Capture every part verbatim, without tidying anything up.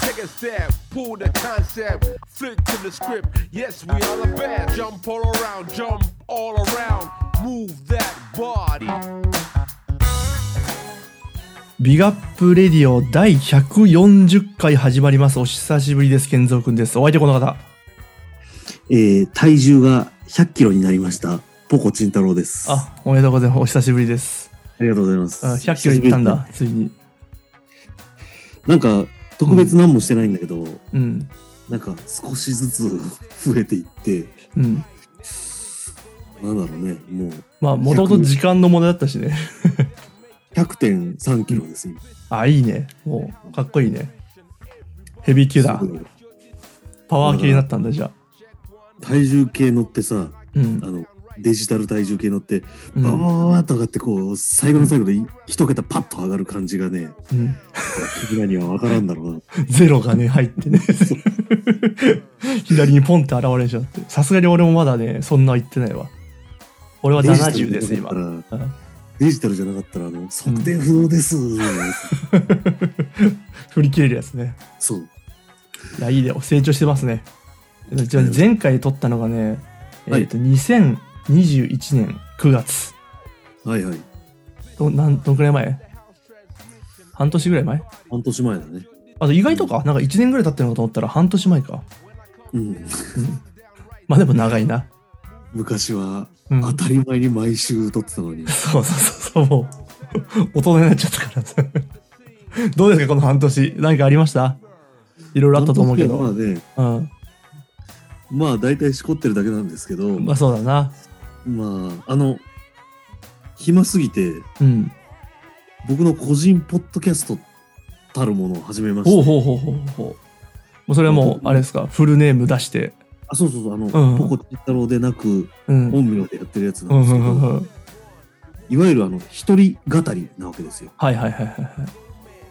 take a step, pull the concept, flick to the script. Yes, we are the best. Jump all around, jump all around, move that body. ビガップレディオだいひゃくよんじゅっかい始まります。お久しぶりです。健三くんです。お相手この方。 えー、体重がひゃっキロになりましたポコチン太郎です。 あ、おめでとうございます。お久しぶりです。 ありがとうございます。 あ、ひゃっキロいったんだ、ついに。 なんか特別何もしてないんだけど、 うん、 なんか少しずつ増えていって、 うん、 なんだろうね、もうまあもともと時間の問題だったしね。 ひゃくてんさんキロです、今。 あ、いいね。もうかっこいいね。ヘビー級だ。パワー系になったんだ。じゃあ体重計乗ってさ、 うん、 あのデジタル体重計乗ってバーバーっと上がって、こう最後の最後で一桁パッと上がる感じがね、うん、君らには分からんだろうな。ゼロがね入ってね左にポンって現れちゃって、さすがに俺もまだねそんな言ってないわ。俺はななじゅうです今。 デジタルじゃなかったらあの測定不能です、うん、 振り切れるやつね。 そう。 いや、いいね、成長してますね。じゃあ前回撮ったのがね、はい、えっとにせんにじゅういちねんくがつ。 はいはい。 どなんどのくらい前？半年ぐらい前？ 半年前だね。 あと意外とか、なんかいちねんぐらい経ってるのかと思ったら半年前か。うん。うん、まあでも長いな。 昔は当たり前に毎週撮ってたのに。うん、 そうそうそうそう、もう大人になっちゃったからさ。どうですかこの半年？何かありました？いろいろあったと思うけど。 まあね。うん。まあ大体しこってるだけなんですけど。 まあそうだな。 まああの暇すぎて、 うん、 僕の個人ポッドキャストたるものを始めました。 ほうほうほうほうほう。もうそれはもうあれですか、フルネーム出して。 あ、そうそうそう、あの、うん、ポコチン太郎でなく、うん、本名でやってるやつなんですけど、うんうんうんうん、いわゆるあの一人語りなわけですよ。 はいはいはいはいはい。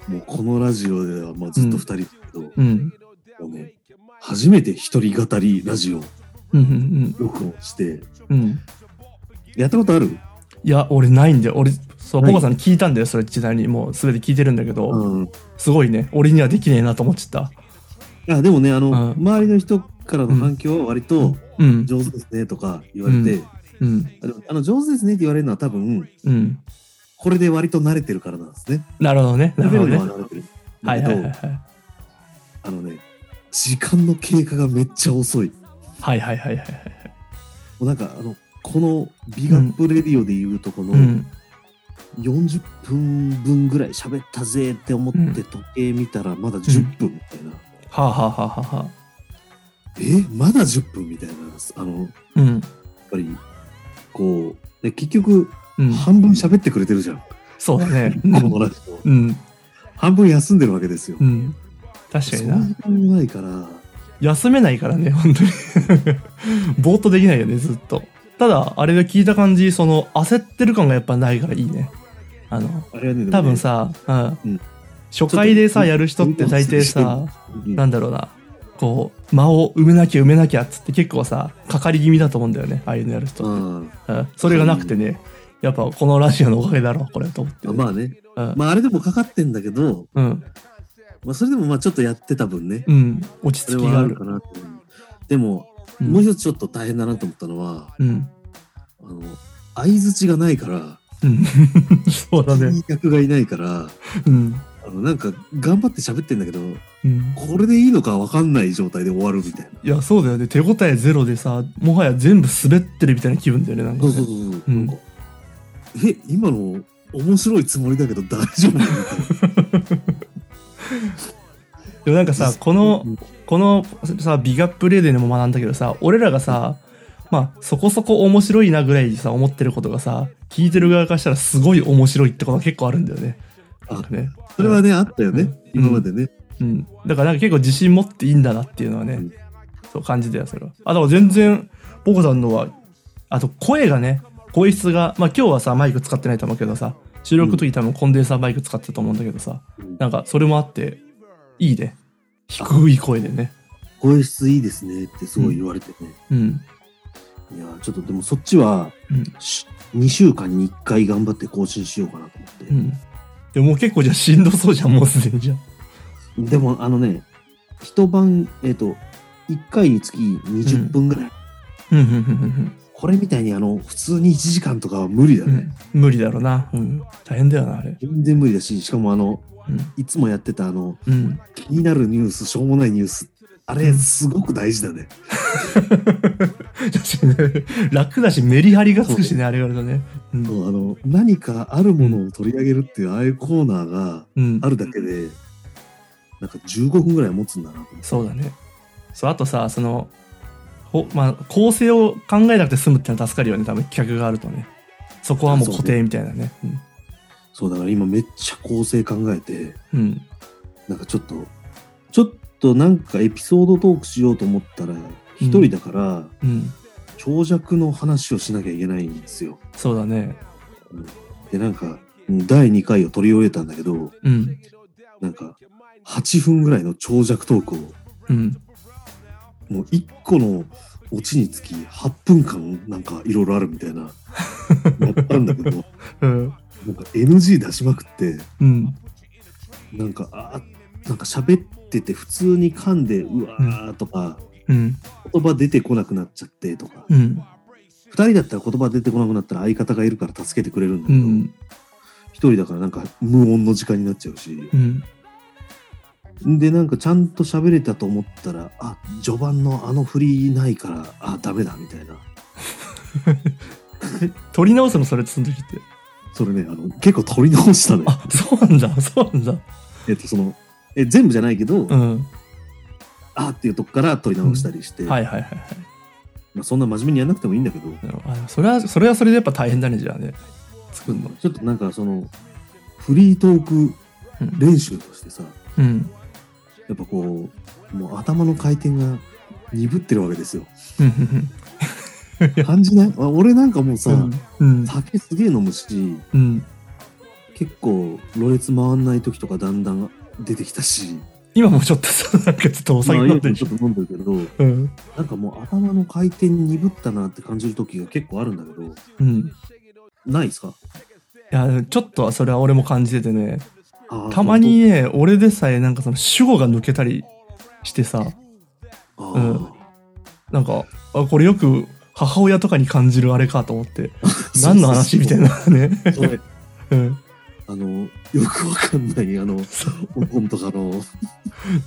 もうこのラジオではまあずっと二人だけど、 うん、 もうね、初めて一人語りラジオ録音して、 うんうん、 やったことある？ いや俺ないんだよ。俺そうポコさんに聞いたんだよ、それ。ちなみにもうすべて聞いてるんだけど、うん、すごいね、俺にはできねえなと思っちゃった。 いやでもね、あの、うん、周りの人からの反響は割と上手ですねとか言われて、 うんうん、 あの上手ですねって言われるのは多分、 うん、 これで割と慣れてるからなんですね。 なるほどね。なるほどね。 慣れてる。 はいはいはいはい。 あのね、時間の経過がめっちゃ遅い。 はいはいはいはいはい。 もうなんかあのこのビガップレディオでいうとこの、うん、よんじゅっぷんぶんぐらい喋ったぜって思って時計見たらまだじゅっぷんみたいな。うん、 はあはあはあはあ。 えまだじゅっぷんみたいな。あの、 うん、 やっぱりこうで結局、うん、半分喋ってくれてるじゃん。 そうだね。 このラジオ、 うん、 半分休んでるわけですよ。 うん、確かにな。 そんな時間もないから休めないからね、本当に。ぼーっとできないよね、ずっと。ただあれで聞いた感じ、その焦ってる感がやっぱないからいいね。あのあれはね、 多分さ、うんうん、初回でさやる人って大抵さ、うん、なんだろうな、こう間を埋めなきゃ埋めなきゃっつって結構さかかり気味だと思うんだよね、ああいうのやる人って、うんうん、それがなくてね、やっぱこのラジオのおかげだろうこれと思って、ね、 まあね、うん、まああれでもかかってんだけど、 うん、 まあそれでもまあちょっとやってた分ね、 うん、落ち着きがあるかなって。でも、うん、もう一つちょっと大変だなと思ったのは、 うん、 あの相槌がないから、 うん、そうだね。 聞き役がいないから、 うん、 あのなんか頑張って喋ってんだけど、 うん、 これでいいのか分かんない状態で終わるみたいな。 いやそうだよね、手応えゼロでさ、もはや全部滑ってるみたいな気分だよね、なんかね。 そうそうそうそう、うん、なんかえ今の面白いつもりだけど大丈夫みたいな。 でもなんかさ、このこのさビガップレーデーでも学んだけどさ、俺らがさ、まあそこそこ面白いなぐらいにさ思ってることがさ、聞いてる側からしたらすごい面白いってことが結構あるんだよね。 あ、ね、それはね、うん、あったよね、うん、今までね、 うん。だからなんか結構自信持っていいんだなっていうのはね、うん、そう感じたよそれは。あ、だから全然ポコさんのは、あと声がね、声質が、まあ今日はさマイク使ってないと思うけどさ、収録の時多分コンデンサーマイク使ってたと思うんだけどさ、うん、なんかそれもあっていいね、低い声でね。 声質いいですねってすごい言われてね。 うん。 いやちょっとでもそっちは、うん、にしゅうかんにいっかい頑張って更新しようかなと思って。 うん。でももう結構じゃあしんどそうじゃん、もうすでにじゃん。 でもあのね、 一晩、えっと、いっかいにつきにじゅっぷんぐらい。 うんうんうんうんうんこれみたいにあの、普通にいちじかんとかは無理だね。 うん、無理だろうな、うん。大変だよな、あれ。 全然無理だし、しかもあの、 うん、 いつもやってたあの、 うん、 気になるニュース、しょうもないニュース。あれ、すごく大事だね。 楽だし、メリハリがつくしね、あれがあるとね。 うん、そうあの何かあるものを取り上げるっていう、ああいうコーナーがあるだけで、うん、なんかじゅうごふんぐらい持つんだなと思って。 そうだね。そう、あとさ、その、ほまあ、構成を考えなくて済むってのは助かるよね、多分企画があるとね。そこはもう固定みたいなね。そう、うん、 そうだから今めっちゃ構成考えて、 うん、 なんかちょっと、ちょっとなんかエピソードトークしようと思ったら、一人だから、うん、長尺の話をしなきゃいけないんですよ。 そうだね。 で、なんか、だいにかいを取り終えたんだけど、 うん、 なんか、はっぷんぐらいの長尺トークを、 うん、 もういっこのオチにつきはっぷんかんなんかいろいろあるみたいなやったんだけど、 うん、 なんか エヌジー 出しまくって、 うん、 なんかあなんか喋ってて普通に噛んでうわーとか、 うん、 言葉出てこなくなっちゃってとか、 うん、 ふたりだったら言葉出てこなくなったら相方がいるから助けてくれるんだけど、うん、ひとりだからなんか無音の時間になっちゃうし、うん、でなんかちゃんと喋れたと思ったら、あ、序盤のあの振りないから、あ、ダメだみたいな。 撮り直すのそれその時って。 それね、あの結構撮り直したね。 あ、そうなんだ、そうなんだ。 えっとそのえ全部じゃないけど、 うん、 あっていうとこから撮り直したりして、 うん、はいはいはいはい。 まあそんな真面目にやらなくてもいいんだけど、 あ、それはそれはそれでやっぱ大変だね、じゃあね、作るの。 ちょっとなんかそのフリートーク練習としてさ、 うん、 やっぱこうもう頭の回転が鈍ってるわけですよ。感じない？俺なんかもうさ、うんうん、酒すげえ飲むし、 うん、 結構ろれつ回んない時とかだんだん出てきたし、 今もちょっとさ、なんかちょっとお酒飲んでる、 ちょっと飲んでるけど、 うん、 なんかもう頭の回転鈍ったなって感じる時が結構あるんだけど、 うん、 ないですか？ いや、ちょっとそれは俺も感じててね、たまにね、俺でさえなんかその主語が抜けたりしてさ、うん、なんかあこれよく母親とかに感じるあれかと思って何の話みたいなね。うん、 あのよくわかんないあの本とかの、うん、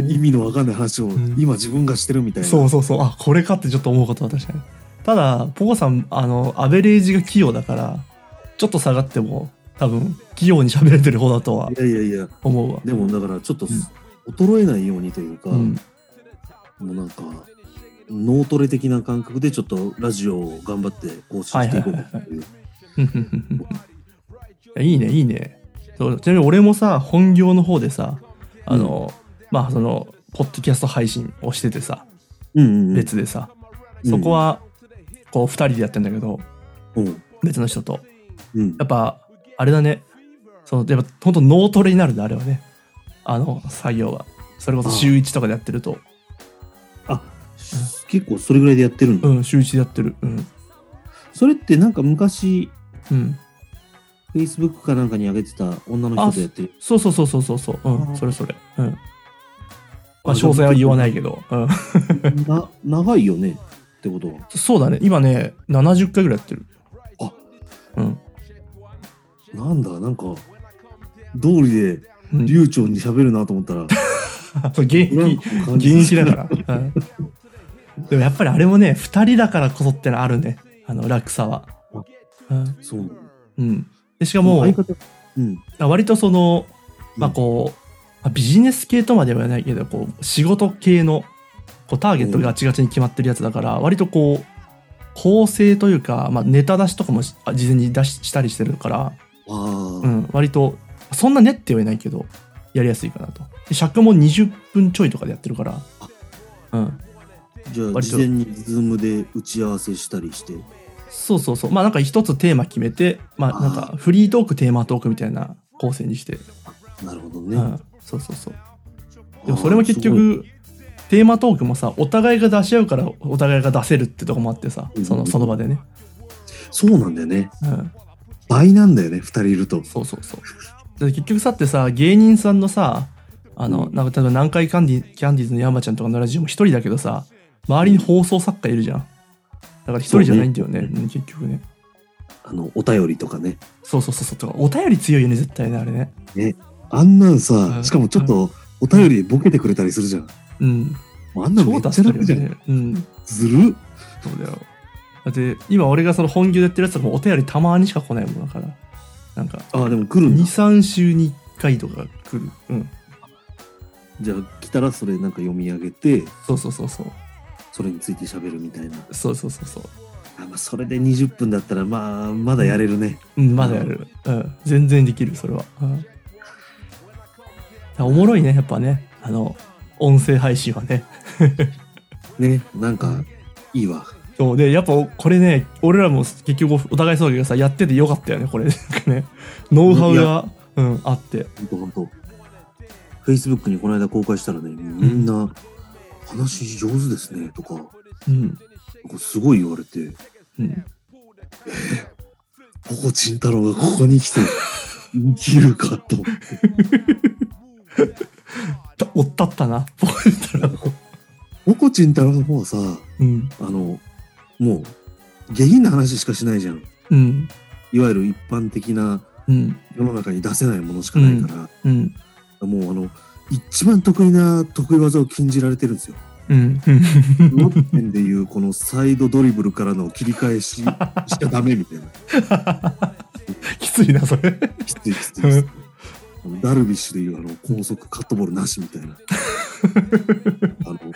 意味のわかんない話を今自分がしてるみたいな、 うん、そうそうそう、あこれかってちょっと思うことは確かに。ただポコさんあのアベレージが器用だからちょっと下がっても多分器用に喋れてる方だとは思うわ。 いやいやいや、でもだからちょっと衰えないようにというか、うん、もうなんか脳トレ的な感覚でちょっとラジオを頑張って更新していこうという。 いいねいいね。そうちなみに俺もさ本業の方でさあの、うん、まあそのポッドキャスト配信をしててさ、 うんうんうん、 別でさそこはこうふたりでやってんだけど、 うん、 別の人と、 うん、 やっぱあれだね、そのやっぱ本当脳トレになるんだあれはね、あの作業はそれこそ週いちとかでやってると。 あ、うん、結構それぐらいでやってるんだ。 うん、週いちでやってる。うん。 それってなんか昔、 うん、 Facebook かなんかに上げてた女の人とやってる。 そうそうそうそうそうそう、うん、それそれ。うん。まあ詳細は言わないけど。うん。 な長いよねってことは。 そうだね。今ねななじゅっかいぐらいやってる。 あ、 うん。 なんだなんか通りで流暢に喋るなと思ったら、 うん、現役現役だから、うん、でもやっぱりあれもねふたりだからこそってのあるね、あの楽さは。 うん、そう、 うん、でしかも、 うん、 割とそのまあこう、まあ、ビジネス系とまではないけどこう仕事系のこうターゲットがガチガチに決まってるやつだから、割とこう構成というか、まあ、ネタ出しとかも事前に出ししたりしてるから、うん、割とそんなねって言えないけどやりやすいかなと。で尺もにじゅっぷんちょいとかでやってるから、うん、 じゃあ事前にズームで打ち合わせしたりして。 そうそうそう、まあなんか一つテーマ決めて、まあなんかフリートークテーマトークみたいな構成にして。 なるほどね、 うん、そうそうそう。でもそれも結局テーマトークもさお互いが出し合うからお互いが出せるってとこもあってさ、そのその場でね。 そうなんだよね、 うん、 倍なんだよねふたりいると。 そうそうそう。で結局さってさ芸人さんのさあの、なんか例えば南海キャンディキャンディーズの山ちゃんとかのラジオも一人だけどさ、周りに放送作家いるじゃん。だから一人じゃないんだよね、ね、うん、結局ね。 あのお便りとかね。 そうそうそうそう、お便り強いよね絶対ねあれね。 ね、あんなんさ、しかもちょっとお便りボケてくれたりするじゃん。 うん。 あんなんめっちゃ楽じゃん。ね、 うん。 ずる。 そうだよ。だって今俺がその本業でやってるやつとかもお便りたまにしか来ないもんだから。なんか。 ああでも来るんだ。 に、さん週にいっかいとか来る。うん。 じゃあ来たらそれなんか読み上げて。 そうそうそうそう。 それについて喋るみたいな。 そうそうそうそう。 あ、まあ、それでにじゅっぷんだったらまあまだやれるね。 うん、まだやる。うん、全然できるそれは。うん、おもろいねやっぱね、あの音声配信はね。 ね、なんかいいわ。 そうでやっぱこれね、俺らも結局お互いそうだけどさ、やっててよかったよねこれね。ノウハウが、うん、あって。 ほんとほんと。Facebook にこの間公開したらね、みんな、うん、話上手ですねとか、うん、すごい言われて、うん、えー、ポコチン太郎がここに来て生きるかと思っておったったなポコチン太郎。 ポコチン太郎の方はさ、うん、あのもう下品な話しかしないじゃん、うん、いわゆる一般的な世の中に出せないものしかないから、うんうん、もうあの一番得意な得意技を禁じられてるんですよ。うん、ロッテンでいうこのサイドドリブルからの切り返ししちゃダメみたいな。 きついなそれ。 きついきついきつい。ダルビッシュでいうあの高速カットボールなしみたいな。あのもう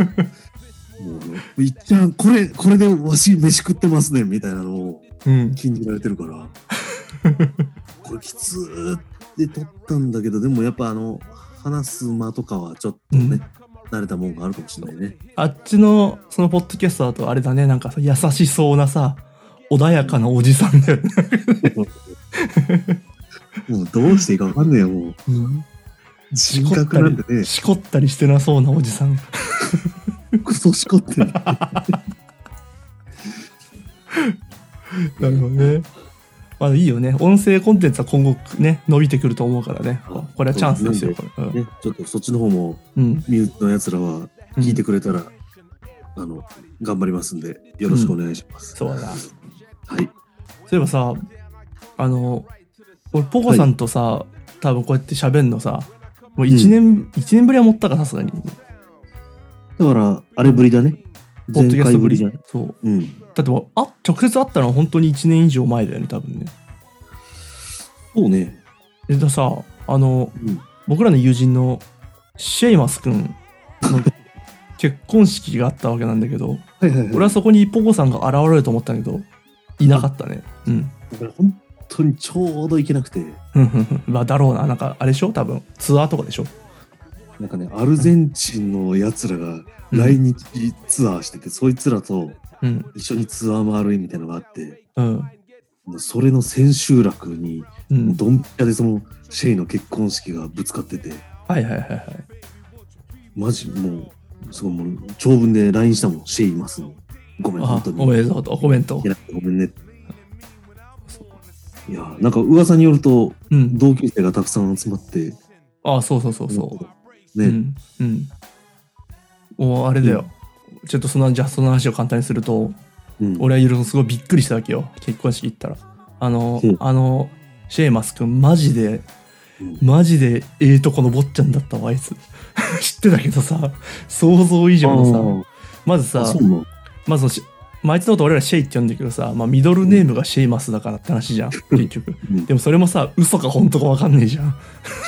あのいっちゃんこれこれでわし飯食ってますねみたいなのを禁じられてるから、うん、これきつーって取ったんだけど、でもやっぱあの話す間とかはちょっとね。うん、慣れたもんがあるかもしれないね。 あっちのそのポッドキャストだとあれだね、なんか優しそうなさ穏やかなおじさんだよね。 もうどうしていいか分かんねえよもう、うん、人格なんてね、 しこったりしてなそうなおじさん。 クソしこってる。なるほどね。まあいいよね、音声コンテンツは今後ね伸びてくると思うからね、これはチャンスですよ。これ、うん、 ね、ちょっとそっちの方も、うん、ミュートのやつらは聞いてくれたら、うん、あの頑張りますんでよろしくお願いします。 うん、そうだ。はい。 そういえばさ、あの俺ポコさんとさ、はい、多分こうやって喋るのさ、もういちねん、うん、いちねんぶりは持ったかさすがに。 だからあれぶりだね。 ポッドキャストぶりじゃん。そう。 うん。 だってもうあ直接会ったのは本当にいちねん以上前だよね多分ね。 そうね。 でださあの、うん、僕らの友人のシェイマス君の結婚式があったわけなんだけど、はいはい、はい、俺はそこにポコさんが現れると思ったんだけどいなかったね。うん。 だから本当にちょうど行けなくて。 まあだろうな、なんかあれでしょ多分ツアーとかでしょ。 なんかねアルゼンチンのやつらが来日ツアーしてて、うん、そいつらと一緒にツアー回るみたいなのがあって、うん、それの千秋楽に、うん、ドンピシャでそのシェイの結婚式がぶつかってて、 はいはいはいはい、 マジもうすごいもう長文で ライン したもん、シェイいますのごめん本当におめでとうとコメントごめんね。いやなんか噂によると、うん、同級生がたくさん集まって、 ああそうそうそうそうね、うんうん、もうあれだよ、うん、ちょっとそのじゃあその話を簡単にすると、うん、俺は言うとすごいびっくりしたわけよ、結婚式行ったらあの、うん、あのシェイマス君マジで、うん、マジでええとこの坊ちゃんだったわあいつ。知ってたけどさ想像以上のさ、まずさまずまあ、あいつのこと俺らシェイって呼んだけどさ、まあ、ミドルネームがシェイマスだからって話じゃん結局、うん、でもそれもさ嘘か本当か分かんねえじゃん。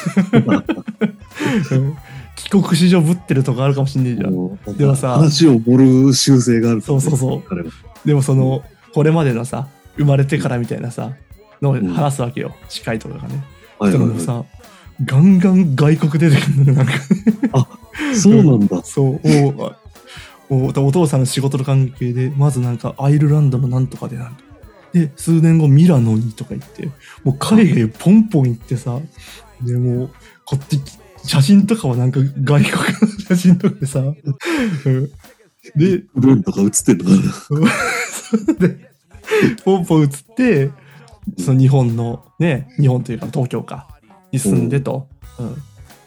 帰国子女ぶってるとこあるかもしんねえじゃん。でもさ話を盛る習性がある、ね、 そうそうそうでもそのこれまでのさ生まれてからみたいなさの話すわけよ、うん、司会とかがね、はいはいはい、でもさガンガン外国出てくるのなんかあそうなんだ。 そうおお父さんの仕事の関係でまずなんかアイルランドのなんとかでなんとで数年後ミラノにとか行ってもう海外ポンポン行ってさでもうこっち写真とかはなんか外国の写真とかでさでルンとか写ってんのかなでポンポン写ってその日本のね日本というか東京かに住んでと、うんうん、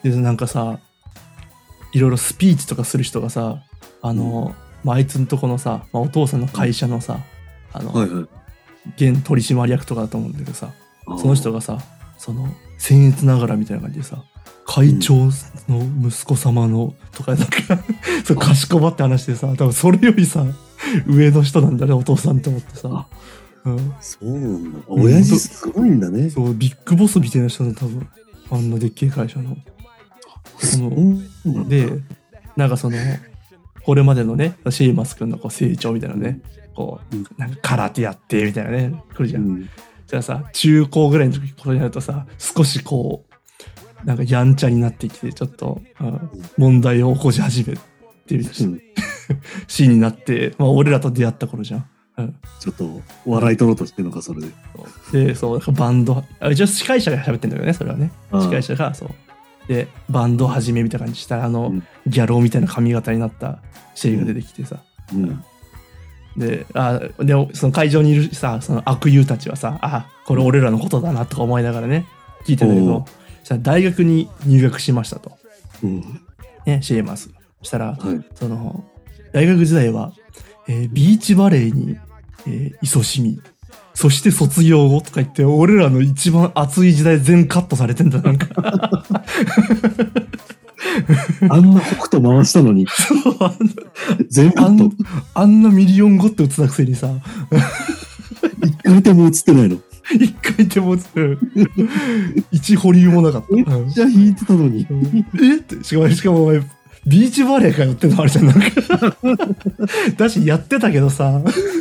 でなんかさいろいろスピーチとかする人がさあの、うんまあ、あいつのとこのさ、まあ、お父さんの会社のさあの、はいはい、現取締役とかだと思うんだけどさその人がさその僭越ながらみたいな感じでさ会長の息子様のとかなんかそうかしこまって話してさ多分それよりさ上の人なんだねお父さんと思ってさ、 うん、そうなんだ親父すごいんだね、 うん、そうビッグボスみたいな人の多分あんなでっけえ会社のそのでなんかそのこれまでのねシェイマス君のこう成長みたいなねこうなんか空手やってみたいなね来るじゃん、うん、じゃあさ中高ぐらいの時これになるとさ少しこうなんかやんちゃになってきてちょっと、うん、問題を起こし始めてるし、うん、シーンになって、まあ、俺らと出会った頃じゃん、うん、 ちょっと笑い取ろうとしてるのかそれででそうバンド一応司会者が喋ってんだけどねそれはね司会者がそうでバンド始めみたいな感じしたらあの、うん、ギャローみたいな髪型になったシェイが出てきてさ、うんうん、であでその会場にいるさその悪友たちはさあこれ俺らのことだなとか思いながらね聞いてたけど大学に入学しましたと、うんね、シェイマスそしたら、はい、その大学時代は、えー、ビーチバレーに、えー、勤しみそして卒業後とか言って俺らの一番熱い時代全カットされてんだなんかあんな北斗回したのにそうあんな全カットあ, あんなミリオンゴット打つたくせにさ一回でも映ってないの一回でも映ってない一保留もなかっためっちゃ弾いてたのにえってしかもしかもお前ビーチバレーかよってのあるじゃんなんかだしやってたけどさ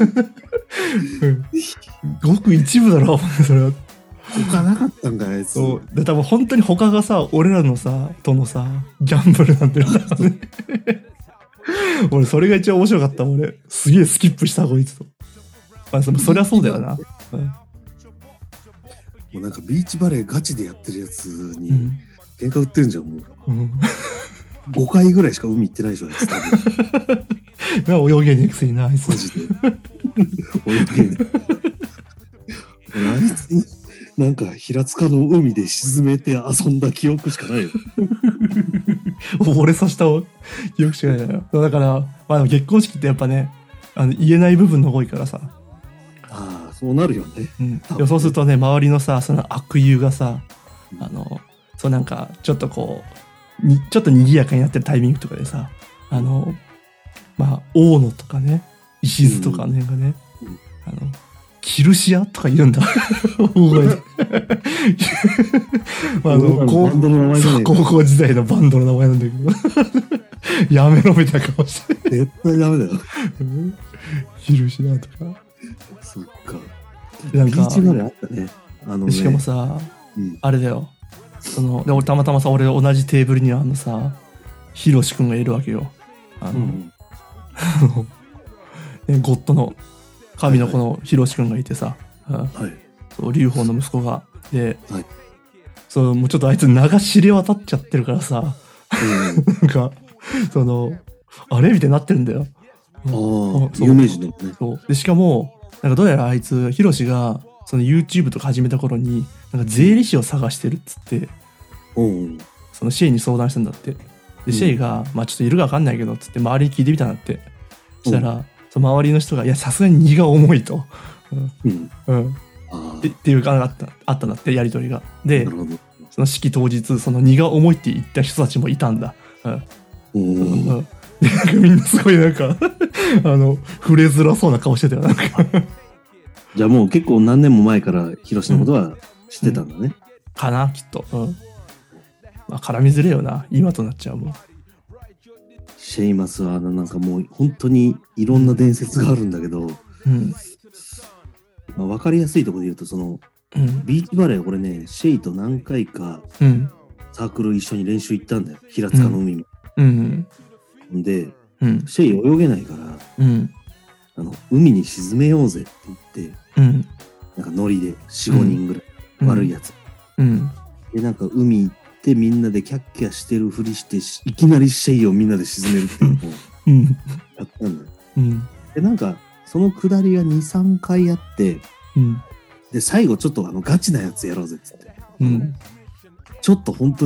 ごく一部だろそれは他なかったんかあいつそうで多分本当に他がさ俺らのさとのさギャンブルなんてるからね俺それが一番面白かった俺すげえスキップしたこいつと、まあ、そ, そりゃそうだよな、うん、もうなんかビーチバレーガチでやってるやつに喧嘩売ってるんじゃんもう、うん、ごかいぐらいしか海行ってないでしょあいつ多分泳げねえくせになあいつマジで泳げねえあいつになんか平塚の海で沈めて遊んだ記憶しかないよ溺れさせた記憶しかないのよだから、まあ、結婚式ってやっぱねあの言えない部分の多いからさああそうなるよね、 うん、でもそうするとね周りのさその悪友がさあのそうなんかちょっとこうにちょっと賑やかになってるタイミングとかでさあのまあ大野とかね石津とかねがね、うん、あのキルシアとか言うんだ大声であの高, 高校時代のバンドの名前なんだけどやめろみたいな顔して絶対ダメだよキルシアとかそっかなんかビーチバレーあったねあのねしかもさ、うん、あれだよそので俺たまたまさ俺同じテーブルにあのさヒロシ君がいるわけよあの、うんね、ゴッドの神の子のヒロシ君がいてさ、はいはい、そう劉邦の息子がで、はい、そうもうちょっとあいつ名が知れ渡っちゃってるからさ、うん、なんかそのあれみたいになってるんだよ。 ああ有名人だもんね。 そうでしかもなんかどうやらあいつヒロシがその YouTube とか始めた頃になんか税理士を探してるっつって、うん、そのシェイに相談したんだって。でシェイが、まあちょっといるか分かんないけどっつって周りに聞いてみたんだって。そしたら、うん、その周りの人がいやさすがに荷が重いと、うんうん、ってっていうかあったあったんだってやり取りが。でその式当日その荷が重いって言った人たちもいたんだ。うんうんうん、でなんかみんなすごいなんかあの触れづらそうな顔してたよなんかじゃあもう結構何年も前からヒロシのことは知ってたんだね、うんうん、 かなきっと、うんまあ、絡みづれよな今となっちゃうもん。 シェイマスはなんかもう本当にいろんな伝説があるんだけど、うんまあ、分かりやすいところで言うとその、うん、ビーチバレー俺ねシェイと何回かサークル一緒に練習行ったんだよ平塚の海に、うんうん、で、うん、シェイ泳げないから、うん、あの海に沈めようぜって言って、うん、なんかノリで よん,ご 人ぐらい、うん、悪いやつ、うん、でなんか海行ってみんなでキャッキャしてるふりしていきなりシェイをみんなで沈めるっていうのをやったんだよ、うん、でなんかそのくだりが に,さん 回やって、うん、で最後ちょっとあのガチなやつやろうぜっつって、うん、ちょっと本当に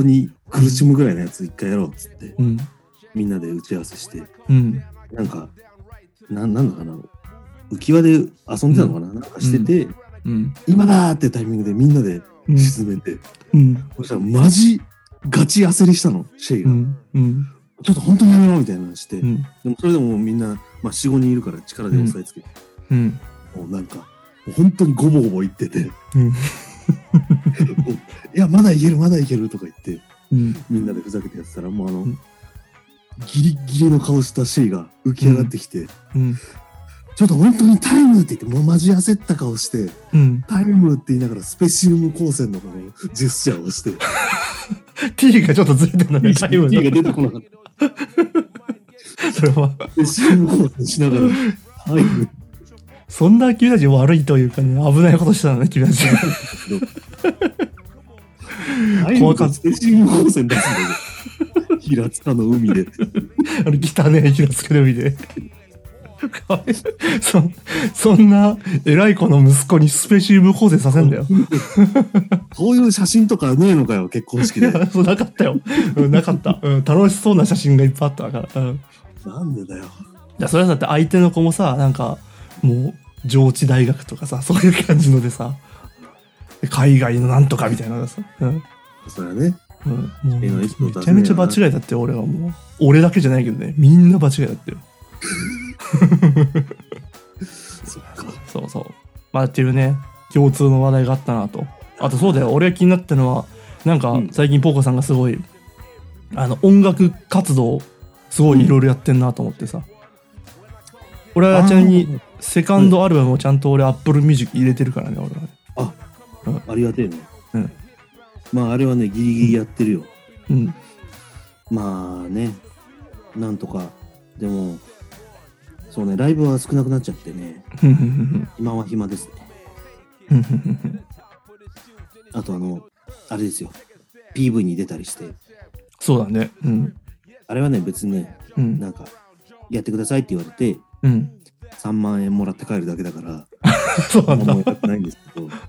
苦しむぐらいのやつ一回やろうっつって、 うん、 みんなで打ち合わせして、 うん、 なんかななんだかな浮き輪で遊んでたのかな、うん、なんかしてて、うん、今だーってタイミングでみんなで沈めて、うん、そしたらマジガチ焦りしたのシェイが、うんうん、ちょっと本当にやめろみたいなのして、うん、でもそれでもみんな、まあ、よん、ごにんいるから力で押さえつけて、うん、もうなんかもう本当にゴボゴボ言ってて、うん、いやまだいけるまだいけるとか言って、うん、みんなでふざけてやってたらもうあの、うん、ギリギリの顔したシェイが浮き上がってきて、うんうん、ちょっと本当にタイムって言ってもうマジ焦った顔して、うん、タイムって言いながらスペシウム光線のジェスチャーをして T がちょっとずれてるのね。タイム T が出てこなかったそれはスペシウム光線しながらタイムそんな君たち悪いというかね、危ないことしたのね、君たち。 怖かった。スペシウム光線出すんだよ。平塚の海で。 あれ汚ねえ平塚の海で。そ, そんな偉い子の息子にスペシウム光線させんだよ。 そういう写真とかねえのかよ、結婚式で。 そうなかったよ、うん、なかった、うん、楽しそうな写真がいっぱいあったから、うん、 なんでだよ。 いやそれはだって相手の子もさ、なんかもう上智大学とかさ、そういう感じのでさ、海外のなんとかみたいなのさ、うん、 それはね、 うん、もうめちゃめちゃ場違いだって。俺はもう俺だけじゃないけどね、みんな場違いだってよ。 そっか。 そうそう。まあっていうね、共通の話題があったなと。あとそうだよ、俺が気になったのは、なんか最近ポーコさんがすごい、あの音楽活動すごいいろいろやってんなと思ってさ。うん、俺はちなみにセカンドアルバムをちゃんと俺 Apple Music 入れてるからね、俺はね。 あ、うん、ありがてえね。うん。まああれはねギリギリやってるよ。うん。まあね、なんとかでも。そうね、ライブは少なくなっちゃってね今は暇ですね。あとあのあれですよ、 ピーブイ に出たりして。 そうだね、うん、 あれはね別にね、うん、なんかやってくださいって言われて、うん、さんまんえんもらって帰るだけだからそうなんだ、 もうやってないんですけど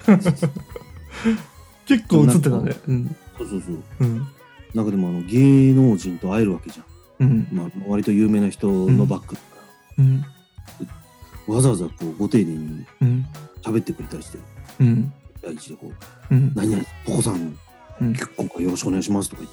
結構映ってたね、うん、 そうそうそう、うん、なんかでもあの芸能人と会えるわけじゃん、うん、まあ、割と有名な人のバック、うん、わざわざこうご丁寧に喋ってくれたりして、うん、第一でこう、うん、何々ポコさん、うん、今回よろしくお願いしますとか言って、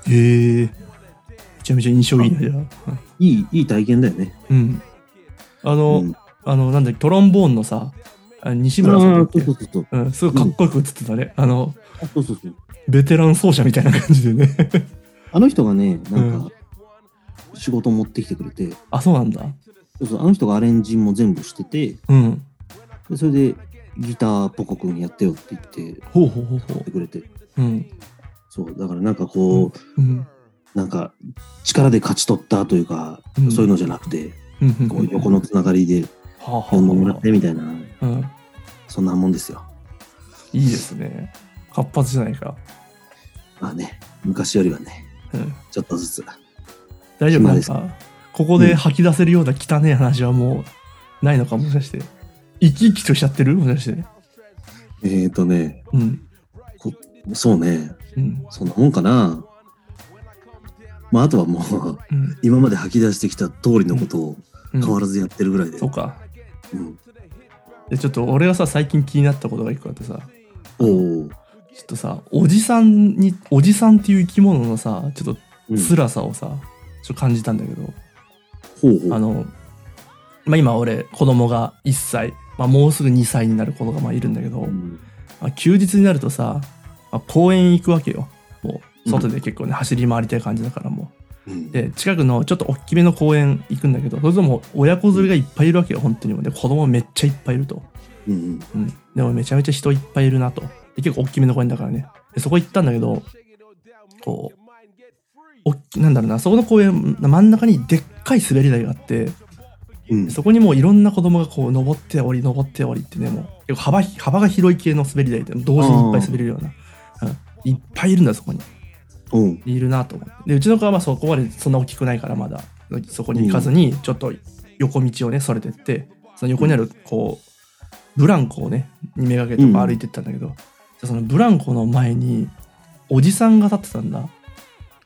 へえ、めちゃめちゃ印象いいな。じゃあいいいい体験だよね。うん。 あの、うん、あのなんだっけ、トロンボーンのさ、西村さんだっけ、そうそうそう、うん、すごいかっこよく映ってたね、うん、あのそうそうそう、ベテラン奏者みたいな感じでねあの人がね、なんか、うん、仕事持ってきてくれて。 あ、そうなんだ。 そうそう、あの人がアレンジも全部してて、うん、でそれでギターポコ君やってよって言ってほうほうほうほうってくれて、うん、そうだからなんかこう、うん、なんか力で勝ち取ったというか、うん、そういうのじゃなくて、うん、こう横のつながりで呼んでもらってみたいな、うん、そんなもんですよ。 いいですね、活発じゃないか。 まあね、昔よりはね、うん、ちょっとずつ。 大丈夫なんかここで吐き出せるような汚い話はもうないのかもしかして。生き生きとしちゃってるもしかして。 えーとね、うん、そうね、うん、そんなもんかな。まああとはもう、うん、今まで吐き出してきた通りのことを変わらずやってるぐらいで。 うんうん、そうか。うん。でちょっと俺がさ最近気になったことが一個あってさ。おお。ちょっとさ、おじさんにおじさんっていう生き物のさちょっと辛さをさ、うん、ちょっと感じたんだけど。ほうほう。あの、まあ、今俺子供がいっさい、まあ、もうすぐにさいになる子がまあいるんだけど、うん、まあ、休日になるとさ、まあ、公園行くわけよ。もう外で結構ね、うん、走り回りたい感じだからもう、うん、で近くのちょっと大きめの公園行くんだけど、それとも親子連れがいっぱいいるわけよ本当に。で子供めっちゃいっぱいいると、うんうん、でもめちゃめちゃ人いっぱいいるなと。で結構大きめの公園だからね。でそこ行ったんだけど、こうおなんだろうな、そこの公園真ん中にでっかい滑り台があって、うん、そこにもういろんな子供がこう登って降り登って降りってね、もう結構 幅, 幅が広い系の滑り台で同時にいっぱい滑れるような、うん、いっぱいいるんだそこに、うん、いるなと思って。でうちの子はまあそこまでそんな大きくないからまだそこに行かずにちょっと横道をねそれてって、その横にあるこうブランコをねにめがけて歩いてったんだけど、うん、そのブランコの前におじさんが立ってたんだ。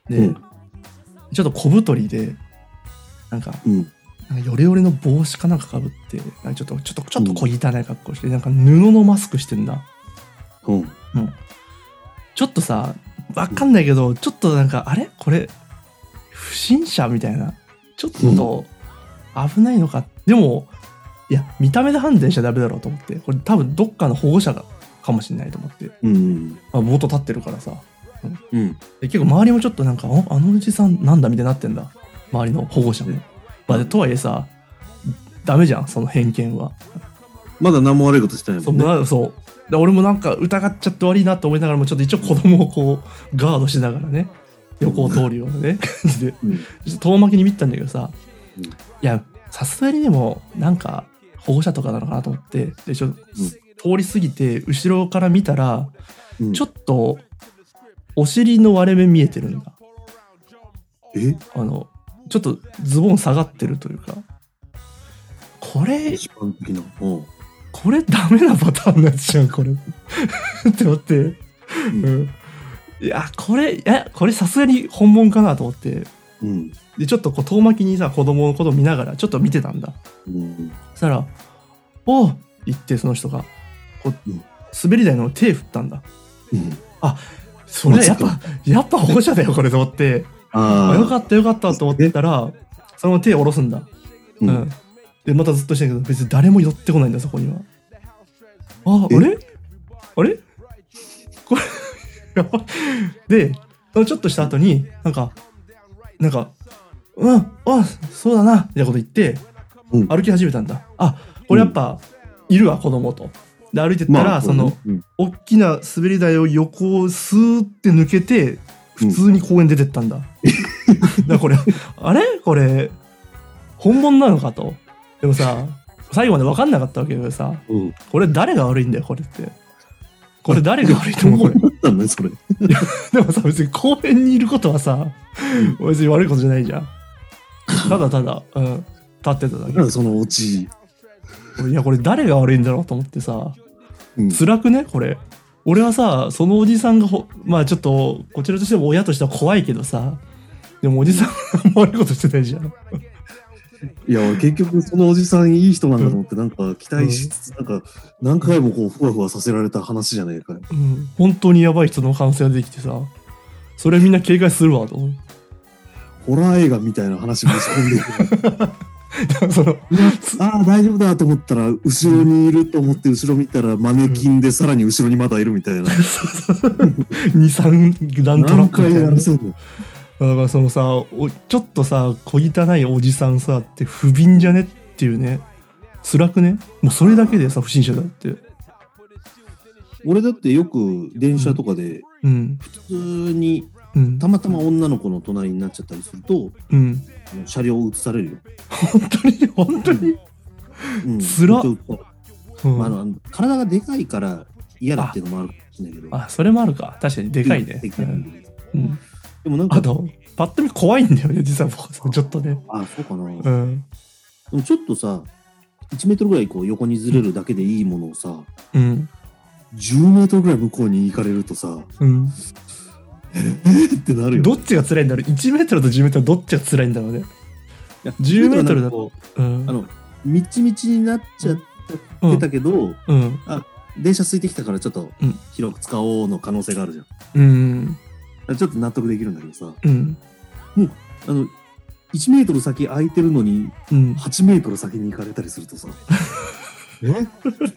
で、 うんちょっと小太りでなんか、 うんなんかヨレヨレの帽子かなんかかぶってなんかちょっとちょっとちょっと小汚い格好して、なんか布のマスクしてんだ。 うんうん、ちょっとさわかんないけど、ちょっとなんかあれこれ不審者みたいな、ちょっと危ないのか、でもいや見た目で判断しちゃダメだろうと思って、これ多分どっかの保護者がかもしれないと思って、 うんまあ、ボート立ってるからさ、 うん。 で結構周りもちょっとなんかああのおじさんなんだみたいになってんだ、周りの保護者も。まあ、でとはいえさダメじゃんその偏見は。 まだ何も悪いことしてないそもんね。 うそうで俺もなんか疑っちゃって悪いなと思いながらも、ちょっと一応子供をこうガードしながらね横を通るようなね感じで、 うんちょっと遠巻きに見てたんだけどさ、 うんいやさすがにでもなんか保護者とかなのかなと思って、でちょっと通り過ぎて後ろから見たら、 うんちょっとお尻の割れ目見えてるんだ。 えあのちょっとズボン下がってるというか、これ一般的な。うんこれダメなパターンのやつじゃんこれって思って、うん、いやこれいやこれさすがに本物かなと思って、 うんでちょっとこう遠巻きにさ子供のことを見ながらちょっと見てたんだ。 うんそしたら「おう!」言ってその人がこう、 うん滑り台の手振ったんだ。 うんそれやっまぱやっぱ保護者だよこれと思って、 あああよかったよかったと思ってたらその手を下ろすんだ。 ううんん、でまたずっとしてるけど別に誰も寄ってこないんだそこには。あえあれあれこれやばいでそのちょっとした後になんかなんかうんあそうだなみたいなこと言ってうん歩き始めたんだ。あこれやっぱいるわ子供と。で歩いてったら、 まあそのうん大きな滑り台を横をスーって抜けて普通に公園出てったんだ。だからこれあれこれ本物なのかと。でもさ最後まで分かんなかったわけだけどさ、 うんこれ誰が悪いんだよこれって。これ誰が悪いと思うこれ。 本物だったんだねそれ。 でもさ別に公園にいることはさ別に悪いことじゃないじゃん。ただただ、うん、立ってただなんだそのオチ。 け。いやこれ誰が悪いんだろうと思ってさ、 うん辛くねこれ。俺はさそのおじさんがほまあちょっとこちらとしても親としては怖いけどさ、でもおじさんは悪いことしてないじゃん。 いや俺結局そのおじさんいい人なんだと思ってなんか期待しつつなんか何回もこうふわふわさせられた話じゃねえかよ。 うん、本当にやばい人の可能性が出てきてさ、それみんな警戒するわと思う。 ホラー映画みたいな話持ち込んでいく。 そのああ大丈夫だと思ったら後ろにいると思って後ろ見たらマネキンでさらに後ろにまだいるみたいな。 に、さんラントラッ何回プみたいな。だやらせんの。 からそのさおちょっとさ小汚いおじさんさって不憫じゃねっていうね。辛くね。もうそれだけでさ不審者だって。 俺だってよく電車とかでうん普通にうんたまたま女の子の隣になっちゃったりするとうん。 車両を移されるよ。 本当に本当に。 うん、 つらっずっとうんまあ、あの体がでかいから嫌だっていうのもあるかもしれないけど。 あそれもあるか。確かにでかいね。 でかいうんうんでもなんかあとパッと見怖いんだよね実は僕さちょっとね。 あそうかな。 うんでもちょっとさいちメートルぐらいこう横にずれるだけでいいものをさうんじゅうメートルぐらい向こうに行かれるとさうん。 えーってなるよ。 どっちが辛いんだろう。いちメートルとじゅうメートルどっちが辛いんだろうね。じゅうメートルだと。うんあのみちみちになっちゃってたけど、 うん電車空いてきたからちょっとうん広く使おうの可能性があるじゃん。 うんちょっと納得できるんだけどさうんあのいちメートル先空いてるのにうん。 はちメートル先に行かれたりするとさえこ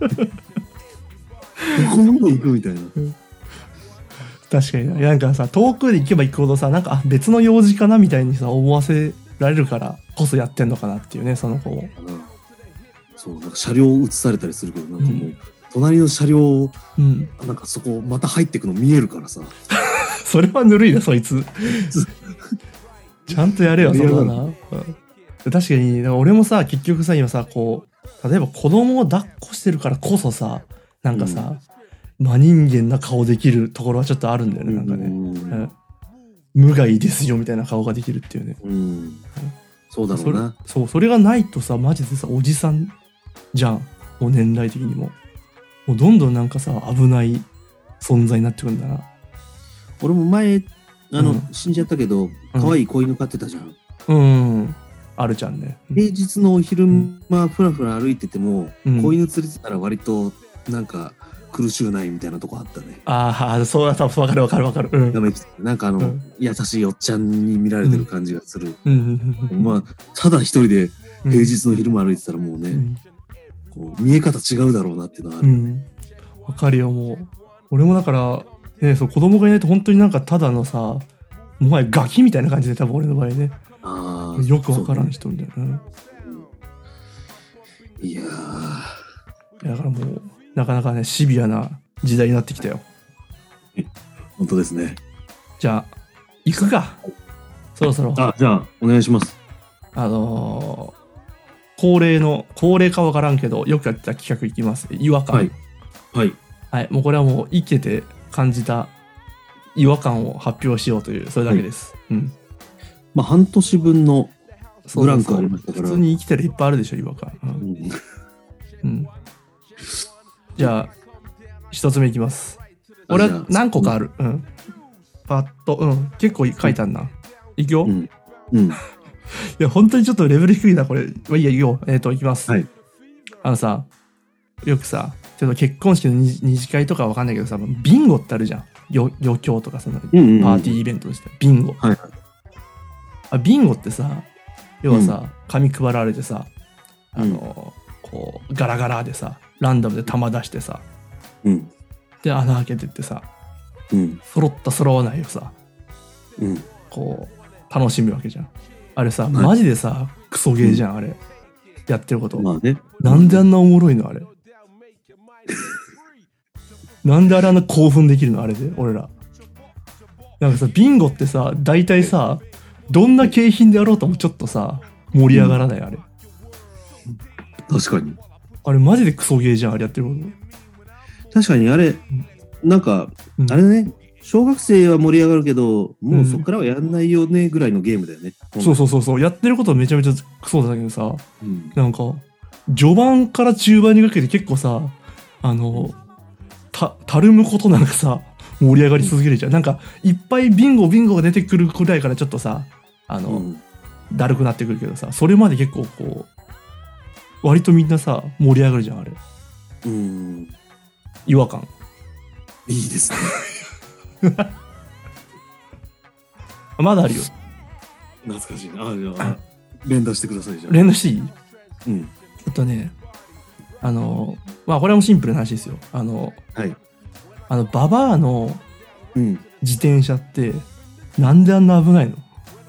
こまで行くみたいな。 確かにな。いやなんかさ遠くで行けば行くほどさなんかあ別の用事かなみたいにさ思わせられるからこそやってんのかなっていうねその子も。 そうなんか車両を移されたりするけどなんかもう、 うん隣の車両うん。 なんかそこまた入ってくの見えるからさそれはぬるいなそいつ。ちゃんとやれよそれはな。うん確かに俺もさ結局さ今さこう例えば子供を抱っこしてるからこそさなんかさ、真人間な顔できるところはちょっとあるんだよねなんかね、 うんうん無害ですよみたいな顔ができるっていうね。 うんそうだろそうれな。 そうそれがないとさマジでさおじさんじゃんもう年代的にももうどんどんなんかさ危ない存在になってくるんだな。 俺も前あの、 うん死んじゃったけど、可愛い子犬飼ってたじゃん。 うん。あるちゃんね。 平日のお昼間、ふらふら歩いてても、 うん子犬連れてたら割と、なんか、苦しゅうないみたいなとこあったね。 ああ、そうだ、多分わかるわかるわかる。うん。 やめてなんかあの、 うん、 優しいおっちゃんに見られてる感じがする。 うん。うん、 まあ、ただ一人で平日の昼間歩いてたらもうね、うん、こう見え方違うだろうなっていうのはある。 うん。わかるよ、もう。俺もだから、ね、そう子供がいないと本当になんかただのさ、もはやガキみたいな感じで多分俺の場合ね。 あよくわからん人みたいな。ね、 うん、いやー。だからもう、なかなかね、シビアな時代になってきたよ。 本当ですね。 じゃあ、行くか。そろそろ。 あ、じゃあ、お願いします。 あのー、恒例の、恒例かわからんけど、よくやってた企画いきます。違和感。 はい。はい。 はい。もうこれはもう生きてて感じた違和感を発表しようという、それだけです。はい、うん。 まあ、半年分のブランクありましたから。 そうそうそう、普通に生きてるいっぱいあるでしょ、違和感。うん。うん、じゃあ、一つ目いきます。俺は何個かある。うん。パッと、うん。結構書いてあるな。いくよ。うん。 うん、いや、本当にちょっとレベル低いな、これ。まあ、いいや、いいよ。えっ、ー、と、いきます。 はい。 あのさ、よくさ、ちょっと結婚式の二次会とかわかんないけどさ、ビンゴってあるじゃん。余興とかその、うんうんうん、パーティーイベントとして。ビンゴ。 はい。 あ、ビンゴってさ、要はさ、うん、紙配られてさ、あの、うん、こう、ガラガラでさ、ランダムで玉出してさ、 うん。 で、穴開けてってさ、 うん。 揃った揃わないをさ、 うん。 こう、楽しむわけじゃん。あれさ、はい、マジでさ、クソゲーじゃん、うん、あれ。やってること。 まあね。 なんであんなおもろいのあれ。なんであれあんな興奮できるのあれで、俺ら。なんかさ、ビンゴってさ、大体さ、どんな景品でやろうともちょっとさ、盛り上がらない、うん、あれ。 確かに。 あれマジでクソゲーじゃん、あれやってること。 確かにあれ、なんか、うん、あれね、小学生は盛り上がるけど、もうそっからはやんないよねぐらいのゲームだよね。 うん、そうそうそうそう、やってることはめちゃめちゃクソだけどさ、うん、なんか、序盤から中盤にかけて結構さ、あの、た、たるむことなんかさ、盛り上がり続けるじゃん。なんか、いっぱいビンゴビンゴが出てくるくらいからちょっとさ、あの、うん、だるくなってくるけどさ、それまで結構こう、割とみんなさ、盛り上がるじゃん、あれ。 うん。 違和感。 いいですね。 まだあるよ。 懐かしいな。あ、じゃあ、連打してください、じゃあ。 連打していい？ うん。 あとね、あの、まあこれもシンプルな話ですよ。あの、 はい。 あの、ババアの自転車って、なんであんな危ないの？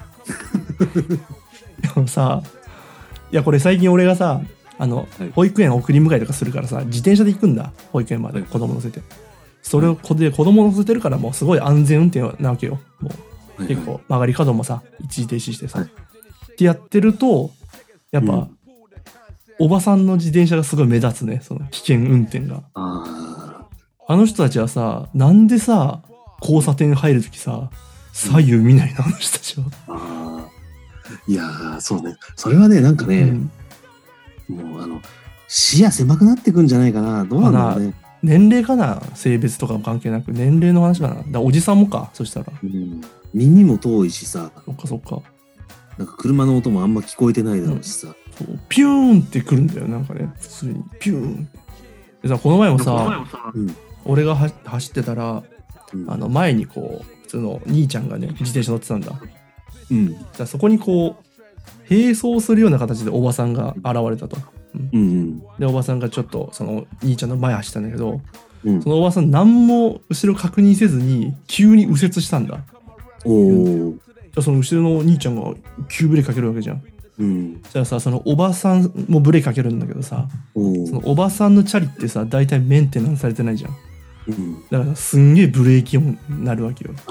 でもさ、いやこれ最近俺がさ、あの、はい、保育園送り迎えとかするからさ、自転車で行くんだ、保育園まで、子供乗せて。それをこで子供乗せてるからもうすごい安全運転なわけよ。もう結構曲がり角もさ、一時停止してさ、はい、ってやってるとやっぱ、うん、おばさんの自転車がすごい目立つね、その危険運転が。 ああの人たちはさ、なんでさ交差点入るときさ左右見ないの、うん、あの人たちは。 あいやーそうね、それはねなんかね、うん、もうあの視野狭くなってくんじゃないかな。どうなんだろうね。 年齢かな、性別とかも関係なく年齢の話かな。だからおじさんもか、そしたら、 うん、耳も遠いしさ、 そっかそっか、 なんか車の音もあんま聞こえてないだろうしさ、 うん、そうピューンってくるんだよ、なんかね、普通にピューンでさ、この前もさ、うん、俺がは走ってたら、うん、あの前にこう普通の兄ちゃんがね自転車乗ってたんだ、うん、じゃあそこにこう並走するような形でおばさんが現れたと、うんうん、でおばさんがちょっとその兄ちゃんの前走ったんだけど、うん、そのおばさん何も後ろ確認せずに急に右折したんだ。 おお。 じゃあその後ろの兄ちゃんが急ブレーキかけるわけじゃん、うん、じゃあさそのおばさんもブレーキかけるんだけどさ、そのおばさんのチャリってさ大体メンテナンスされてないじゃん、うん、だからすんげえブレーキ音になるわけよ。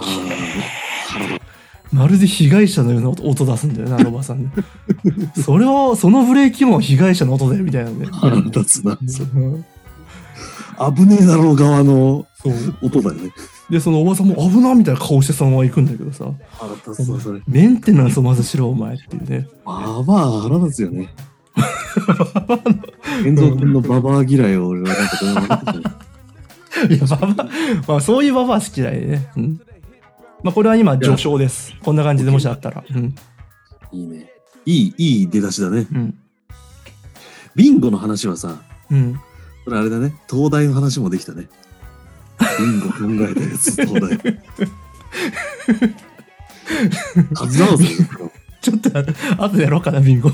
まるで被害者のような 音, 音出すんだよな、あのおばさん、ね、それはそのブレーキ音は被害者の音だよみたいなね。 腹立つな。危ねえだろう側の音だよね。 でそのおばさんも危なみたいな顔してそのまま行くんだけどさ、 腹立つわそれ。 メンテナンスをまずしろお前っていうね。 ババア腹立つよね。遠藤君のババア嫌いを俺はなんかどうもいやババア、まあそういうババア好きだよね、うん、 まあこれは今序章です。こんな感じでもしあったら。うん、 いいね。いい、いい出だしだね。 うん。 ビンゴの話はさ、 うん。 これあれだね。東大の話もできたね。ビンゴ考えたやつ、東大。初直せ。 ちょっと後でやろうかな、ビンゴ。